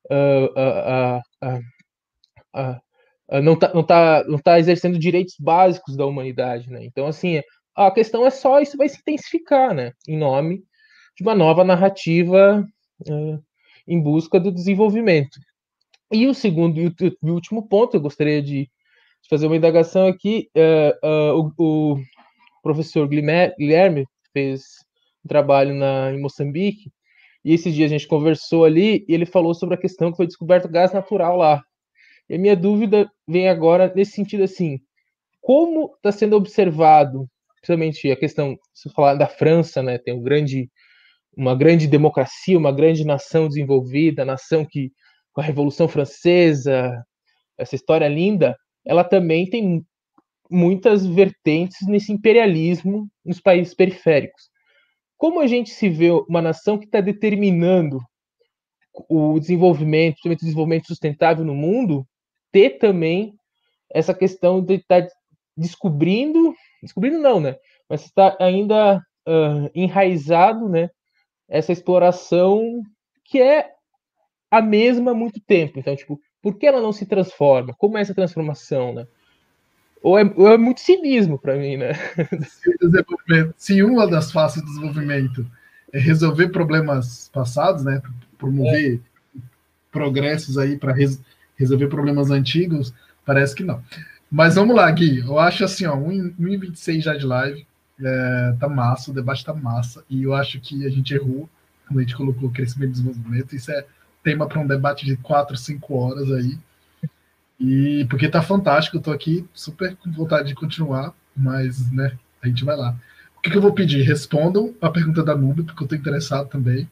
não tá exercendo direitos básicos da humanidade, né? Então, assim, a questão é só isso vai se intensificar, né? Em nome de uma nova narrativa em busca do desenvolvimento. E o segundo e o último ponto, eu gostaria de fazer uma indagação aqui. O professor Guilherme fez um trabalho em Moçambique, e esses dias a gente conversou ali, e ele falou sobre a questão que foi descoberto gás natural lá. E a minha dúvida vem agora nesse sentido assim, como está sendo observado, principalmente a questão, se falar da França, né, tem uma grande democracia, uma grande nação desenvolvida, nação que, com a Revolução Francesa, essa história linda, ela também tem muitas vertentes nesse imperialismo nos países periféricos. Como a gente se vê uma nação que está determinando o desenvolvimento, principalmente o desenvolvimento sustentável no mundo, ter também essa questão de estar descobrindo não, né? Mas está ainda enraizado, né? Essa exploração que é a mesma há muito tempo. Então, tipo, por que ela não se transforma? Como é essa transformação, né? Ou é muito cinismo para mim, né? Se uma das faces do desenvolvimento é resolver problemas passados, né? Promover progressos aí para resolver problemas antigos, parece que não. Mas vamos lá, Gui. Eu acho assim, ó, 1h26 já de live. Tá massa, o debate tá massa. E eu acho que a gente errou quando a gente colocou crescimento e desenvolvimento. Isso é tema para um debate de 4, 5 horas aí. E porque tá fantástico, eu tô aqui super com vontade de continuar, mas, né, a gente vai lá. O que eu vou pedir? Respondam a pergunta da Nubia, porque eu tô interessado também.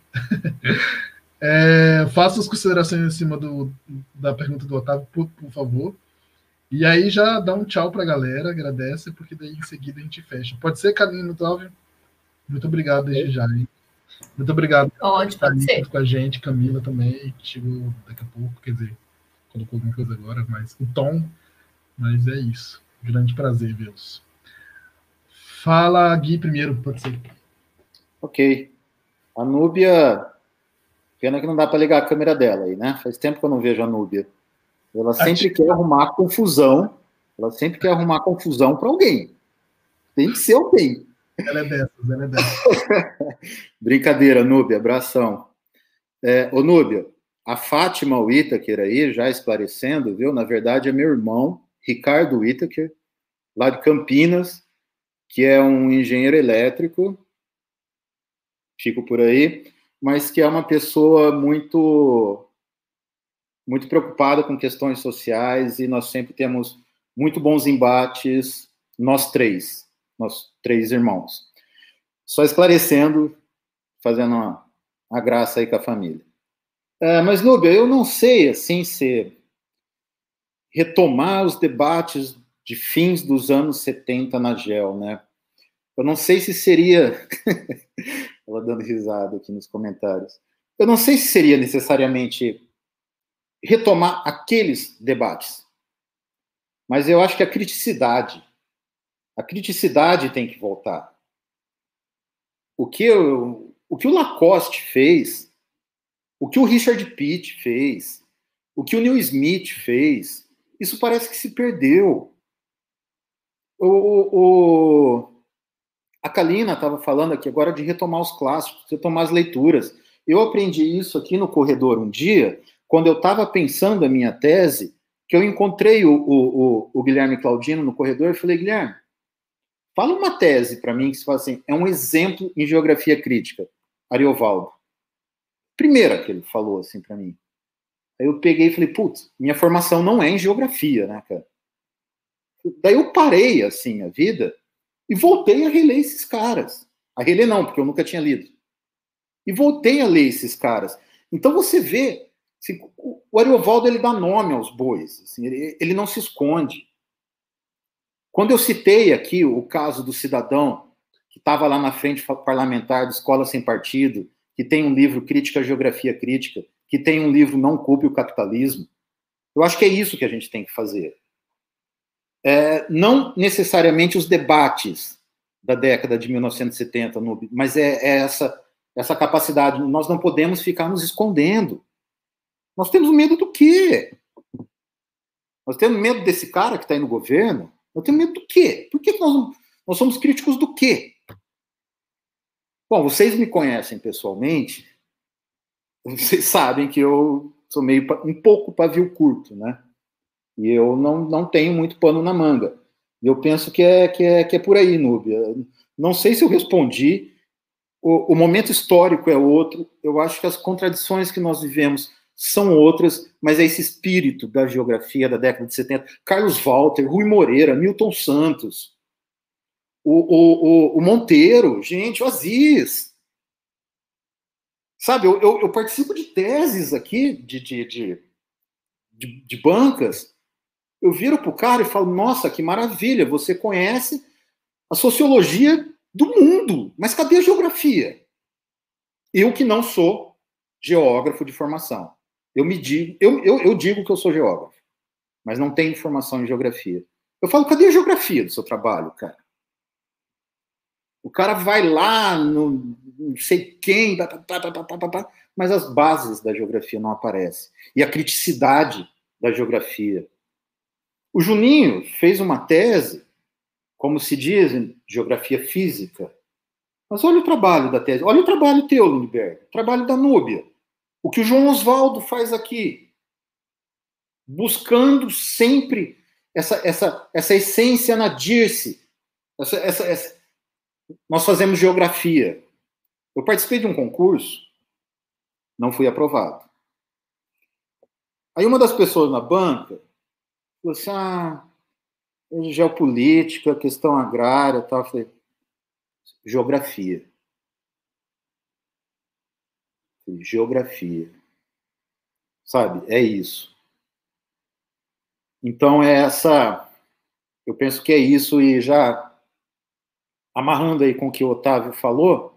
Faça as considerações em cima da pergunta do Otávio, por favor. E aí já dá um tchau pra galera, agradece, porque daí em seguida a gente fecha. Pode ser, Kalina, Otávio? Muito obrigado desde já, hein? Muito obrigado por estar aqui com a gente, Camila também, que chegou daqui a pouco, quer dizer, colocou alguma coisa agora, mas o Tom, mas é isso. Grande prazer vê-los. Fala, Gui, primeiro, pode ser. Ok. A Núbia, pena que não dá para ligar a câmera dela aí, né? Faz tempo que eu não vejo a Núbia. Ela sempre quer arrumar confusão. Ela sempre quer arrumar confusão para alguém. Tem que ser alguém. Ela é dessas. Brincadeira, Núbia, abração. Ô, Núbia, a Fátima Whittaker aí, já esclarecendo, viu? Na verdade, é meu irmão, Ricardo Whittaker, lá de Campinas, que é um engenheiro elétrico, fico por aí, mas que é uma pessoa muito preocupada com questões sociais, e nós sempre temos muito bons embates, nós três irmãos. Só esclarecendo, fazendo uma graça aí com a família. Mas, Núbia, eu não sei, assim, se retomar os debates de fins dos anos 70 na GEL, né? Eu não sei se seria... Ela dando risada aqui nos comentários. Eu não sei se seria necessariamente retomar aqueles debates, mas eu acho que a criticidade tem que voltar. O que o Lacoste fez, o que o Richard Pitt fez, o que o Neil Smith fez, isso parece que se perdeu. A Kalina estava falando aqui agora de retomar os clássicos, retomar as leituras. Eu aprendi isso aqui no corredor um dia, quando eu estava pensando a minha tese, que eu encontrei o Guilherme Claudino no corredor e falei, Guilherme, fala uma tese para mim que se fala assim, é um exemplo em geografia crítica. Ariovaldo. Primeira que ele falou assim para mim. Aí eu peguei e falei, putz, minha formação não é em geografia, né, cara? Daí eu parei, assim, a vida e voltei a reler esses caras. A reler não, porque eu nunca tinha lido. E voltei a ler esses caras. Então você vê, assim, o Ariovaldo, ele dá nome aos bois, assim, ele não se esconde. Quando eu citei aqui o caso do cidadão que estava lá na frente parlamentar de Escola Sem Partido, que tem um livro Crítica à Geografia Crítica, que tem um livro Não Culpe o Capitalismo, eu acho que é isso que a gente tem que fazer. Não necessariamente os debates da década de 1970, mas essa capacidade. Nós não podemos ficar nos escondendo. Nós temos medo do quê? Nós temos medo desse cara que está aí no governo? Nós temos medo do quê? Por que nós somos críticos do quê? Bom, vocês me conhecem pessoalmente, vocês sabem que eu sou meio um pouco pavio curto, né? E eu não tenho muito pano na manga. E eu penso que é por aí, Núbia. Não sei se eu respondi. O momento histórico é outro. Eu acho que as contradições que nós vivemos são outras, mas é esse espírito da geografia da década de 70. Carlos Walter, Rui Moreira, Milton Santos, o Monteiro, gente, o Aziz. Sabe, eu participo de teses aqui, de bancas. Eu viro para o cara e falo, nossa, que maravilha, você conhece a sociologia do mundo, mas cadê a geografia? Eu que não sou geógrafo de formação. Eu digo que eu sou geógrafo, mas não tenho formação em geografia. Eu falo, cadê a geografia do seu trabalho, cara? O cara vai lá, no não sei quem, mas as bases da geografia não aparecem. E a criticidade da geografia. O Juninho fez uma tese, como se diz, em geografia física. Mas olha o trabalho da tese, olha o trabalho teu, Lindbergh, o trabalho da Núbia. O que o João Oswaldo faz aqui, buscando sempre essa essência na Dirce. Nós fazemos geografia. Eu participei de um concurso, não fui aprovado. Aí uma das pessoas na banca falou assim, geopolítica, questão agrária, tal. Eu falei, geografia. Geografia. Sabe, é isso. Então, eu penso que é isso, e já amarrando aí com o que o Otávio falou,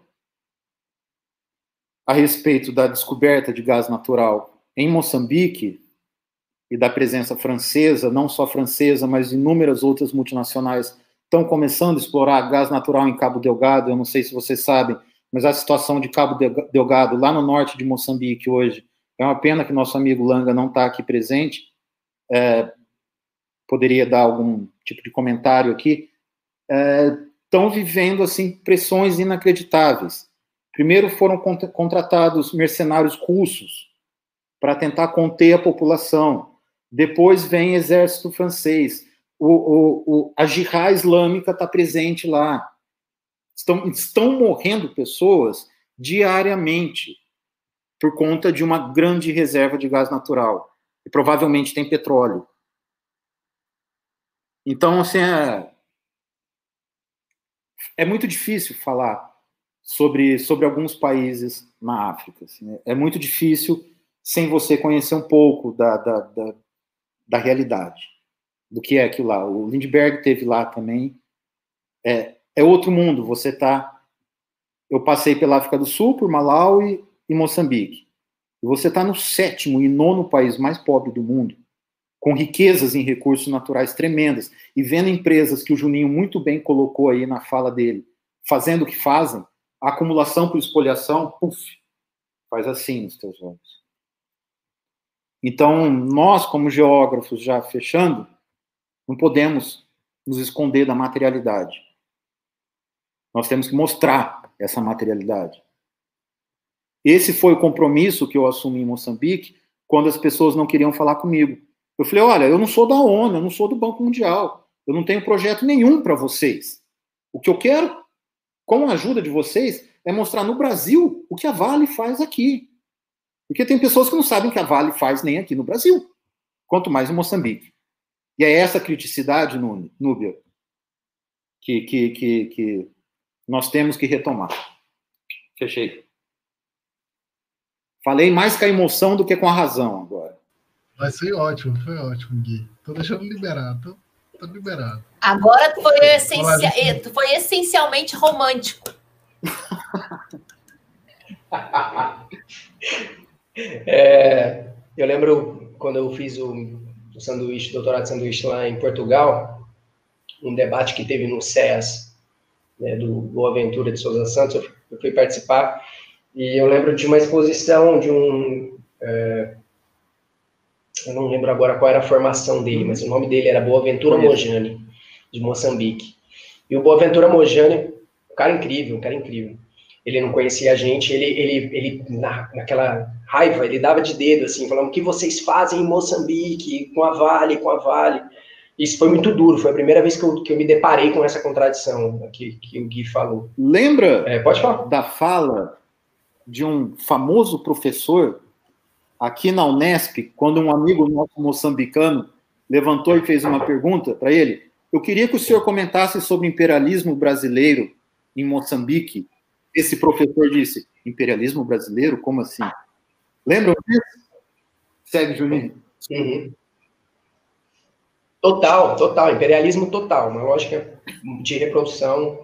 a respeito da descoberta de gás natural em Moçambique e da presença francesa, não só francesa, mas inúmeras outras multinacionais estão começando a explorar gás natural em Cabo Delgado. Eu não sei se vocês sabem, mas a situação de Cabo Delgado, lá no norte de Moçambique hoje, é uma pena que nosso amigo Langa não está aqui presente, poderia dar algum tipo de comentário aqui, estão vivendo assim pressões inacreditáveis. Primeiro foram contratados mercenários russos para tentar conter a população. Depois vem exército francês. A Jihad Islâmica está presente lá. Estão morrendo pessoas diariamente por conta de uma grande reserva de gás natural. E provavelmente tem petróleo. Então, assim, é muito difícil falar sobre alguns países na África. Assim, é muito difícil sem você conhecer um pouco da realidade, do que é aquilo lá. O Lindbergh teve lá também. É outro mundo. Eu passei pela África do Sul, por Malawi e Moçambique. E você está no 7º e 9º país mais pobre do mundo, com riquezas em recursos naturais tremendas, e vendo empresas que o Juninho muito bem colocou aí na fala dele, fazendo o que fazem, a acumulação por espoliação, faz assim nos teus olhos. Então, nós, como geógrafos, já fechando, não podemos nos esconder da materialidade. Nós temos que mostrar essa materialidade. Esse foi o compromisso que eu assumi em Moçambique, quando as pessoas não queriam falar comigo. Eu falei, olha, eu não sou da ONU, eu não sou do Banco Mundial, eu não tenho projeto nenhum para vocês. O que eu quero, com a ajuda de vocês, é mostrar no Brasil o que a Vale faz aqui. Porque tem pessoas que não sabem o que a Vale faz nem aqui no Brasil, quanto mais em Moçambique. E é essa criticidade, Núbia, que nós temos que retomar. Fechei. Falei mais com a emoção do que com a razão agora. Vai ser ótimo, foi ótimo, Gui. Tô deixando liberado, tô liberado. Agora tu foi essencialmente romântico. Eu lembro quando eu fiz o sanduíche, doutorado de sanduíche lá em Portugal, um debate que teve no SEAS, né, do Boaventura de Souza Santos, eu fui participar, e eu lembro de uma exposição de eu não lembro agora qual era a formação dele, mas o nome dele era Boaventura Mojani, de Moçambique. E o Boaventura Mojani, um cara incrível, ele não conhecia a gente, ele naquela raiva, ele dava de dedo, assim, falando, o que vocês fazem em Moçambique, com a Vale. Isso foi muito duro, foi a primeira vez que eu me deparei com essa contradição que o Gui falou. Lembra pode falar. da fala de um famoso professor aqui na Unesp, quando um amigo nosso moçambicano levantou e fez uma pergunta para ele? Eu queria que o senhor comentasse sobre o imperialismo brasileiro em Moçambique. Esse professor disse, imperialismo brasileiro? Como assim? Lembram disso? Segue, Juninho. Uhum. Total, imperialismo total, uma lógica de reprodução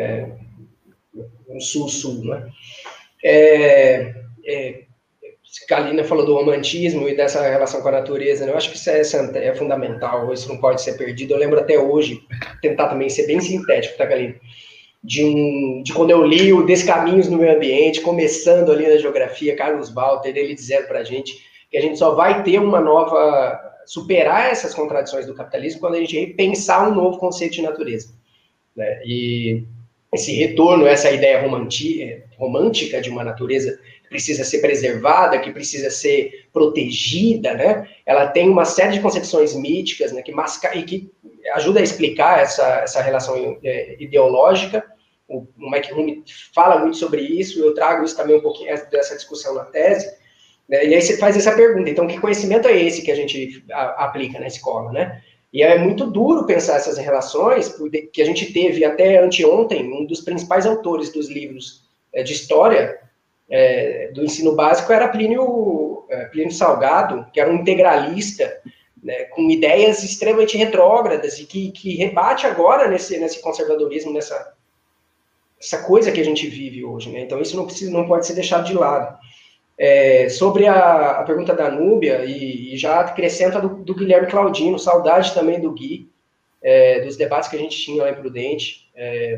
no sul-sul, né? Kalina falou do romantismo e dessa relação com a natureza, né? Eu acho que isso é fundamental, isso não pode ser perdido. Eu lembro até hoje, tentar também ser bem sintético, tá, Kalina? De quando eu li o Descaminhos no Meio Ambiente, começando ali na geografia, Carlos Walter, ele dizendo pra gente que a gente só vai ter superar essas contradições do capitalismo quando a gente repensar um novo conceito de natureza, né? E esse retorno, essa ideia romântica de uma natureza que precisa ser preservada, que precisa ser protegida, né? Ela tem uma série de concepções míticas, né, e que ajuda a explicar essa relação ideológica. O Mike Hume fala muito sobre isso, eu trago isso também um pouquinho dessa discussão na tese, né? E aí você faz essa pergunta, então que conhecimento é esse que a gente aplica na escola, né? E é muito duro pensar essas relações, porque a gente teve até anteontem um dos principais autores dos livros de história do ensino básico era Plínio Salgado, que era um integralista, né, com ideias extremamente retrógradas e que rebate agora nesse conservadorismo, essa coisa que a gente vive hoje, né? Então isso não pode ser deixado de lado. Sobre a pergunta da Núbia, e já acrescenta do Guilherme Claudino, saudade também do Gui, dos debates que a gente tinha lá em Prudente,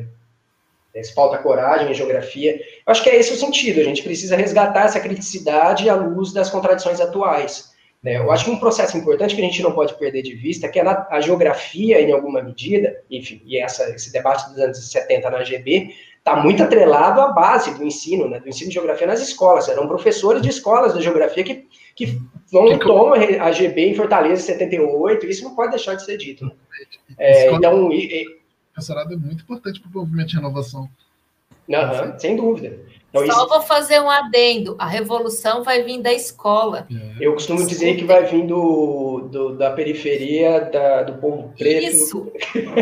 falta coragem em geografia. Eu acho que é esse o sentido, a gente precisa resgatar essa criticidade à luz das contradições atuais, né? Eu acho que um processo importante que a gente não pode perder de vista é que a geografia, em alguma medida, enfim, e esse debate dos anos 70 na GB, está muito atrelado à base do ensino, né, do ensino de geografia nas escolas. Eram professores de escolas de geografia que tomam a GB em Fortaleza em 78, isso não pode deixar de ser dito, né? Então... O professorado é muito importante para o movimento de renovação. Sem dúvida. Então, vou fazer um adendo. A revolução vai vir da escola. Eu costumo dizer que vai vir da periferia, do povo preto. Isso.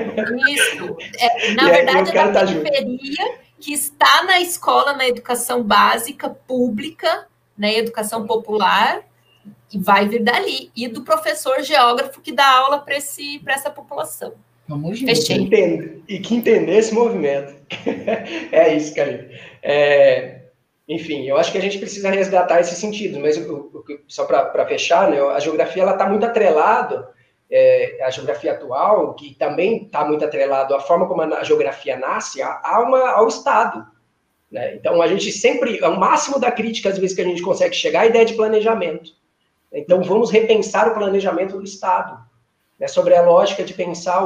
Na verdade, é da periferia que está na escola, na educação básica, pública, na educação popular, e vai vir dali. E do professor geógrafo que dá aula para essa população. Fechei. E que entender esse movimento. É isso, Kalina. Enfim, eu acho que a gente precisa resgatar esse sentido, mas só para fechar, né, a geografia está muito atrelada, a geografia atual, que também está muito atrelado à forma como a geografia nasce, ao Estado, né? Então, a gente sempre, o máximo da crítica, às vezes, que a gente consegue chegar, é a ideia de planejamento. Então, vamos repensar o planejamento do Estado, né, sobre a lógica de pensar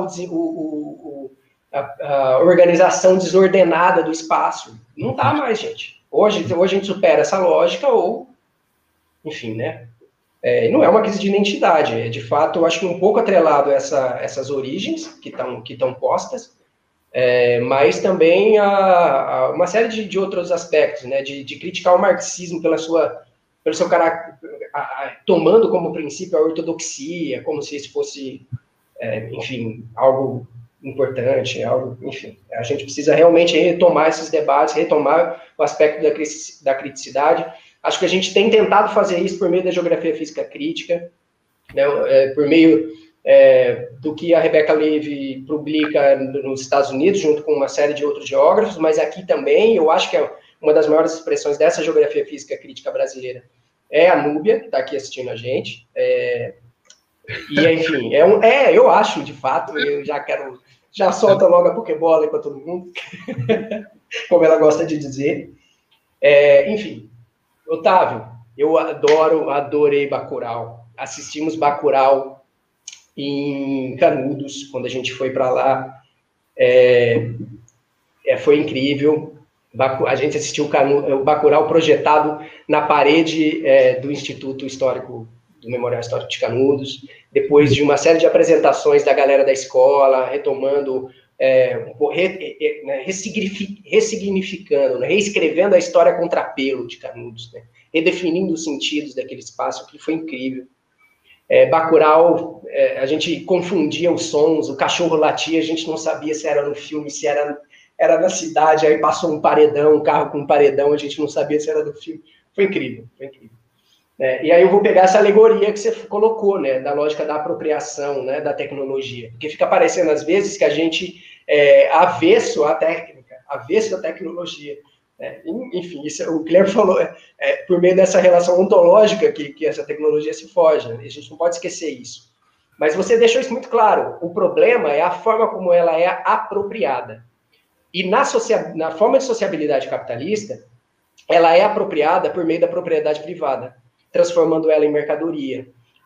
a organização desordenada do espaço. Não dá mais, gente. Hoje a gente supera essa lógica enfim, né? Não é uma crise de identidade. De fato, eu acho que um pouco atrelado a essas origens que estão postas, mas também a uma série de outros aspectos, né? De criticar o marxismo pelo seu caráter, tomando como princípio a ortodoxia, como se isso fosse, enfim, algo importante, enfim, a gente precisa realmente retomar esses debates, retomar o aspecto da criticidade. Acho que a gente tem tentado fazer isso por meio da geografia física crítica, né, por meio do que a Rebecca Levy publica nos Estados Unidos, junto com uma série de outros geógrafos, mas aqui também, eu acho que uma das maiores expressões dessa geografia física crítica brasileira é a Núbia, que está aqui assistindo a gente. E, enfim, eu acho, de fato, eu já solta logo a Pokébola para todo mundo, como ela gosta de dizer. Enfim, Otávio, eu adorei Bacurau. Assistimos Bacurau em Canudos, quando a gente foi para lá. Foi incrível. A gente assistiu o Bacurau projetado na parede do Instituto Histórico, do Memorial Histórico de Canudos, depois de uma série de apresentações da galera da escola, retomando, ressignificando, né, reescrevendo a história a contrapelo de Canudos, né, redefinindo os sentidos daquele espaço, que foi incrível. Bacurau, a gente confundia os sons, o cachorro latia, a gente não sabia se era no filme, se era na cidade, aí passou um paredão, um carro com um paredão, a gente não sabia se era do filme. Foi incrível, foi incrível. E aí eu vou pegar essa alegoria que você colocou, né, da lógica da apropriação, né, da tecnologia, porque fica parecendo às vezes que a gente é avesso à técnica, avesso à tecnologia. Enfim, isso, o Guilherme falou, por meio dessa relação ontológica que essa tecnologia se foge, né? A gente não pode esquecer isso. Mas você deixou isso muito claro, o problema é a forma como ela é apropriada. E na forma de sociabilidade capitalista, ela é apropriada por meio da propriedade privada, transformando ela em mercadoria.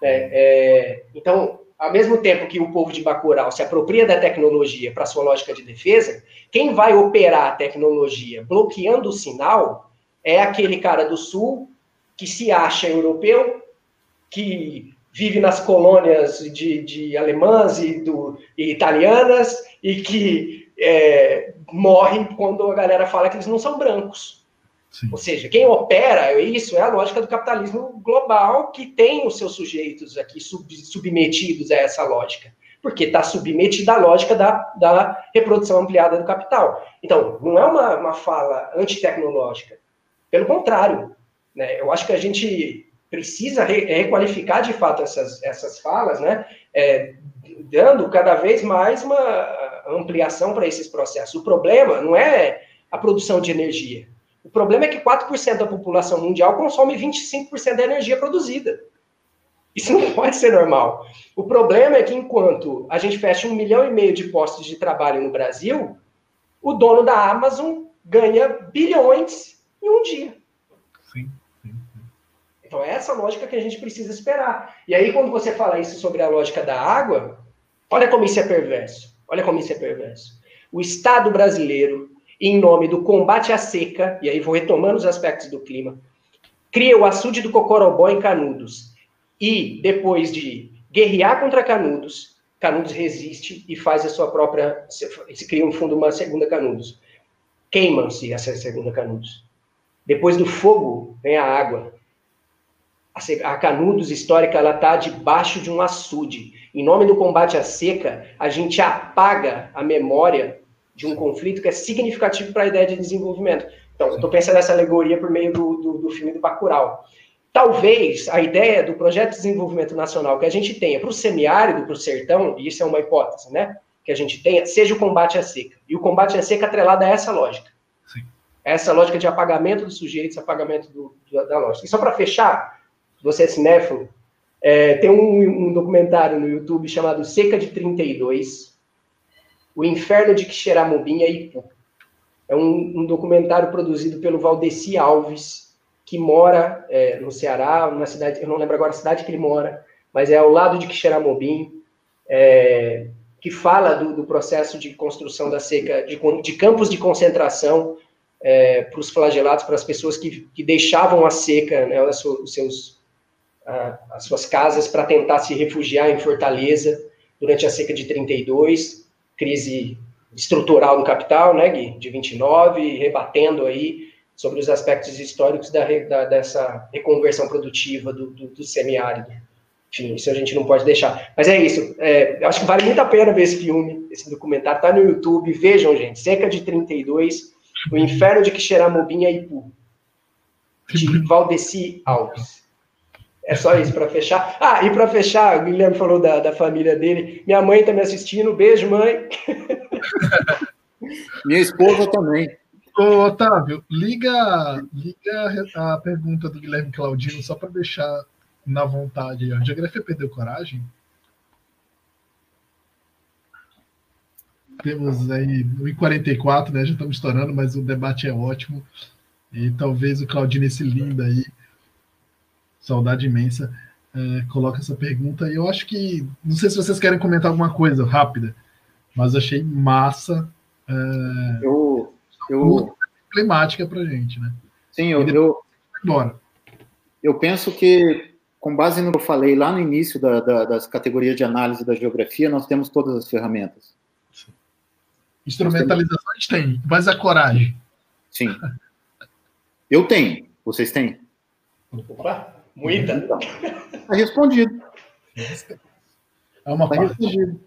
Então, ao mesmo tempo que o povo de Bacurau se apropria da tecnologia para sua lógica de defesa, quem vai operar a tecnologia bloqueando o sinal é aquele cara do Sul que se acha europeu, que vive nas colônias de alemãs e italianas e que morre quando a galera fala que eles não são brancos. Sim. Ou seja, quem opera isso é a lógica do capitalismo global, que tem os seus sujeitos aqui submetidos a essa lógica, porque está submetida à lógica da reprodução ampliada do capital. Então, não é uma fala antitecnológica, pelo contrário, né? Eu acho que a gente precisa requalificar de fato essas falas, né? Dando cada vez mais uma ampliação para esses processos. O problema não é a produção de energia. O problema é que 4% da população mundial consome 25% da energia produzida. Isso não pode ser normal. O problema é que enquanto a gente fecha 1,5 milhão de postos de trabalho no Brasil, o dono da Amazon ganha bilhões em um dia. Sim. Então é essa lógica que a gente precisa esperar. E aí quando você fala isso sobre a lógica da água, olha como isso é perverso. Olha como isso é perverso. O Estado brasileiro, em nome do combate à seca, e aí vou retomando os aspectos do clima, cria o açude do Cocorobó em Canudos. E, depois de guerrear contra Canudos, Canudos resiste e faz a sua própria... Se cria um fundo, uma segunda Canudos. Queimam-se essa segunda Canudos. Depois do fogo, vem a água. A Canudos histórica, ela está debaixo de um açude. Em nome do combate à seca, a gente apaga a memória de um conflito que é significativo para a ideia de desenvolvimento. Então, eu estou pensando nessa alegoria por meio do filme do Bacurau. Talvez a ideia do projeto de desenvolvimento nacional que a gente tenha para o semiárido, para o sertão, e isso é uma hipótese, né, que a gente tenha, seja o combate à seca. E o combate à seca atrelado a essa lógica. Sim. Essa lógica de apagamento dos sujeitos, apagamento da lógica. E só para fechar, você é cinéfilo, tem um documentário no YouTube chamado Seca de 32, O Inferno de Quixeramobim e Ipu. É um documentário produzido pelo Valdeci Alves, que mora no Ceará, numa cidade, eu não lembro agora a cidade que ele mora, mas é ao lado de Quixeramobim, que fala do processo de construção da seca, de campos de concentração para os flagelados, para as pessoas que deixavam a seca, né, as suas casas para tentar se refugiar em Fortaleza durante a seca de 32, crise estrutural do capital, né, Gui, de 29, rebatendo aí sobre os aspectos históricos dessa reconversão produtiva do semiárido. Enfim, isso a gente não pode deixar. Mas é isso. Eu acho que vale muito a pena ver esse filme, esse documentário. Está no YouTube. Vejam, gente. Seca de 32, O Inferno de Quixeramobim e Ipu, de Valdeci Alves. É só isso para fechar. E para fechar, o Guilherme falou da família dele. Minha mãe está me assistindo. Beijo, mãe. Minha esposa também. Ô, Otávio, liga a pergunta do Guilherme Claudino só para deixar na vontade. A geografia perdeu coragem? Temos aí 1h44, né? Já estamos estourando, mas o debate é ótimo. E talvez o Claudino, esse lindo aí, saudade imensa, coloca essa pergunta. E eu acho que, não sei se vocês querem comentar alguma coisa rápida, mas achei massa. climática para a gente, né? Sim, embora. Eu penso que, com base no que eu falei lá no início das categorias de análise da geografia, nós temos todas as ferramentas. Instrumentalização a gente tem, mas a coragem. Sim. Eu tenho. Vocês têm? Opa, muita. Está respondido. É uma parte. Respondido.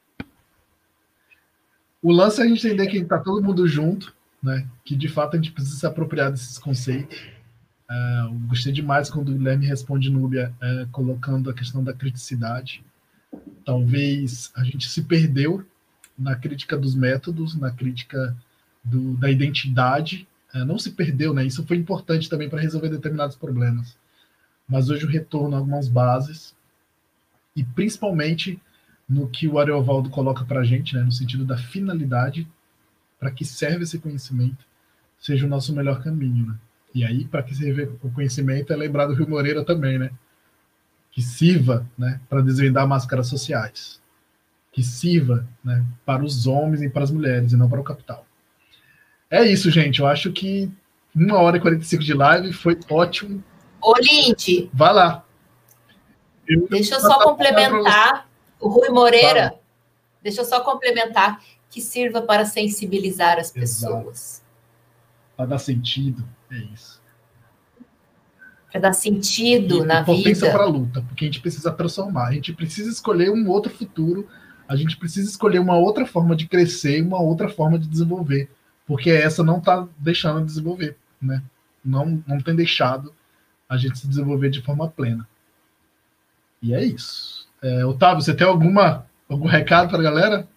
O lance é a gente entender que está todo mundo junto, né? Que de fato a gente precisa se apropriar desses conceitos. Eu gostei demais quando o Guilherme responde Núbia, colocando a questão da criticidade. Talvez a gente se perdeu na crítica dos métodos, na crítica da identidade. Não se perdeu, né? Isso foi importante também para resolver determinados problemas. Mas hoje o retorno a algumas bases, e principalmente no que o Ariovaldo coloca para a gente, né? No sentido da finalidade, para que serve esse conhecimento, seja o nosso melhor caminho, né? E aí, para que serve o conhecimento, é lembrar do Rio Moreira também, né? Que sirva, né, para desvendar máscaras sociais. Que sirva, né, para os homens e para as mulheres, e não para o capital. É isso, gente. Eu acho que 1h45 de live foi ótimo. Ô, Lindy. Vai lá. Deixa eu só complementar. O Rui Moreira, deixa eu só complementar, que sirva para sensibilizar as pessoas. Para dar sentido, é isso. Para dar sentido na vida. Potência para a luta, porque a gente precisa transformar, a gente precisa escolher um outro futuro, a gente precisa escolher uma outra forma de crescer, uma outra forma de desenvolver, porque essa não está deixando de desenvolver, né? Não tem deixado a gente se desenvolver de forma plena. E é isso. Otávio, você tem algum recado para a galera?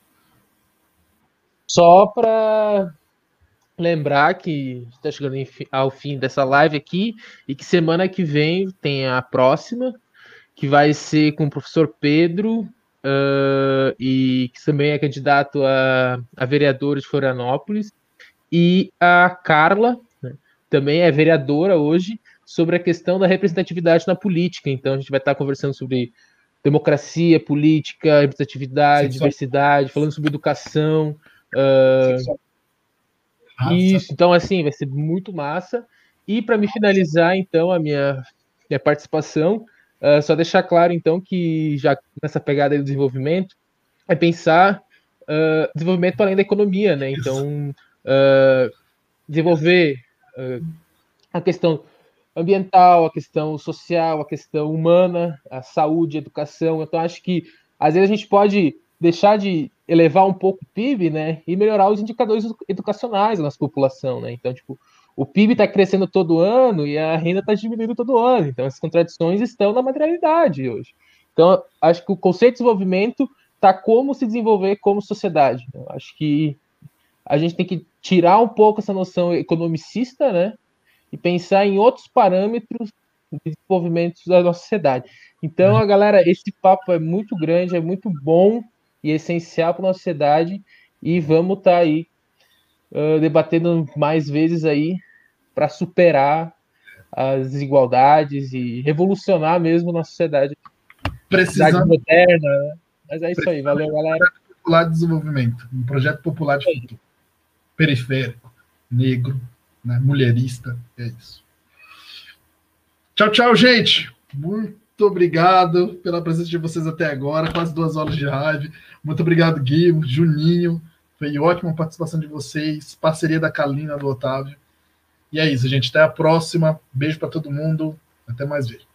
Só para lembrar que está chegando ao fim dessa live aqui e que semana que vem tem a próxima, que vai ser com o professor Pedro, e que também é candidato a vereador de Florianópolis, e a Carla, né, também é vereadora hoje, sobre a questão da representatividade na política. Então a gente vai estar conversando sobre democracia, política, representatividade, diversidade, falando sobre educação. Isso, então assim, vai ser muito massa. E para me finalizar, então, a minha participação, só deixar claro, então, que já nessa pegada do desenvolvimento, é pensar desenvolvimento além da economia, né? Então, desenvolver a questão ambiental, a questão social, a questão humana, a saúde, a educação. Então, acho que às vezes a gente pode deixar de elevar um pouco o PIB, né, e melhorar os indicadores educacionais da nossa população, né? Então, tipo, o PIB está crescendo todo ano e a renda está diminuindo todo ano. Então, essas contradições estão na materialidade hoje. Então, acho que o conceito de desenvolvimento está como se desenvolver como sociedade. Eu acho que a gente tem que tirar um pouco essa noção economicista, né, e pensar em outros parâmetros de desenvolvimento da nossa sociedade. Então, galera, esse papo é muito grande, é muito bom e essencial para a nossa sociedade, e vamos estar aí debatendo mais vezes aí para superar as desigualdades e revolucionar mesmo nossa sociedade. Sociedade moderna, né? Mas é isso aí, valeu, galera. Popular de desenvolvimento, um projeto popular de futuro. Periférico, negro, né, mulherista, é isso. Tchau, tchau, gente. Muito obrigado pela presença de vocês até agora, quase 2 horas de live. Muito obrigado, Gui, Juninho. Foi ótima a participação de vocês, parceria da Kalina, do Otávio. E é isso, gente. Até a próxima. Beijo para todo mundo. Até mais ver.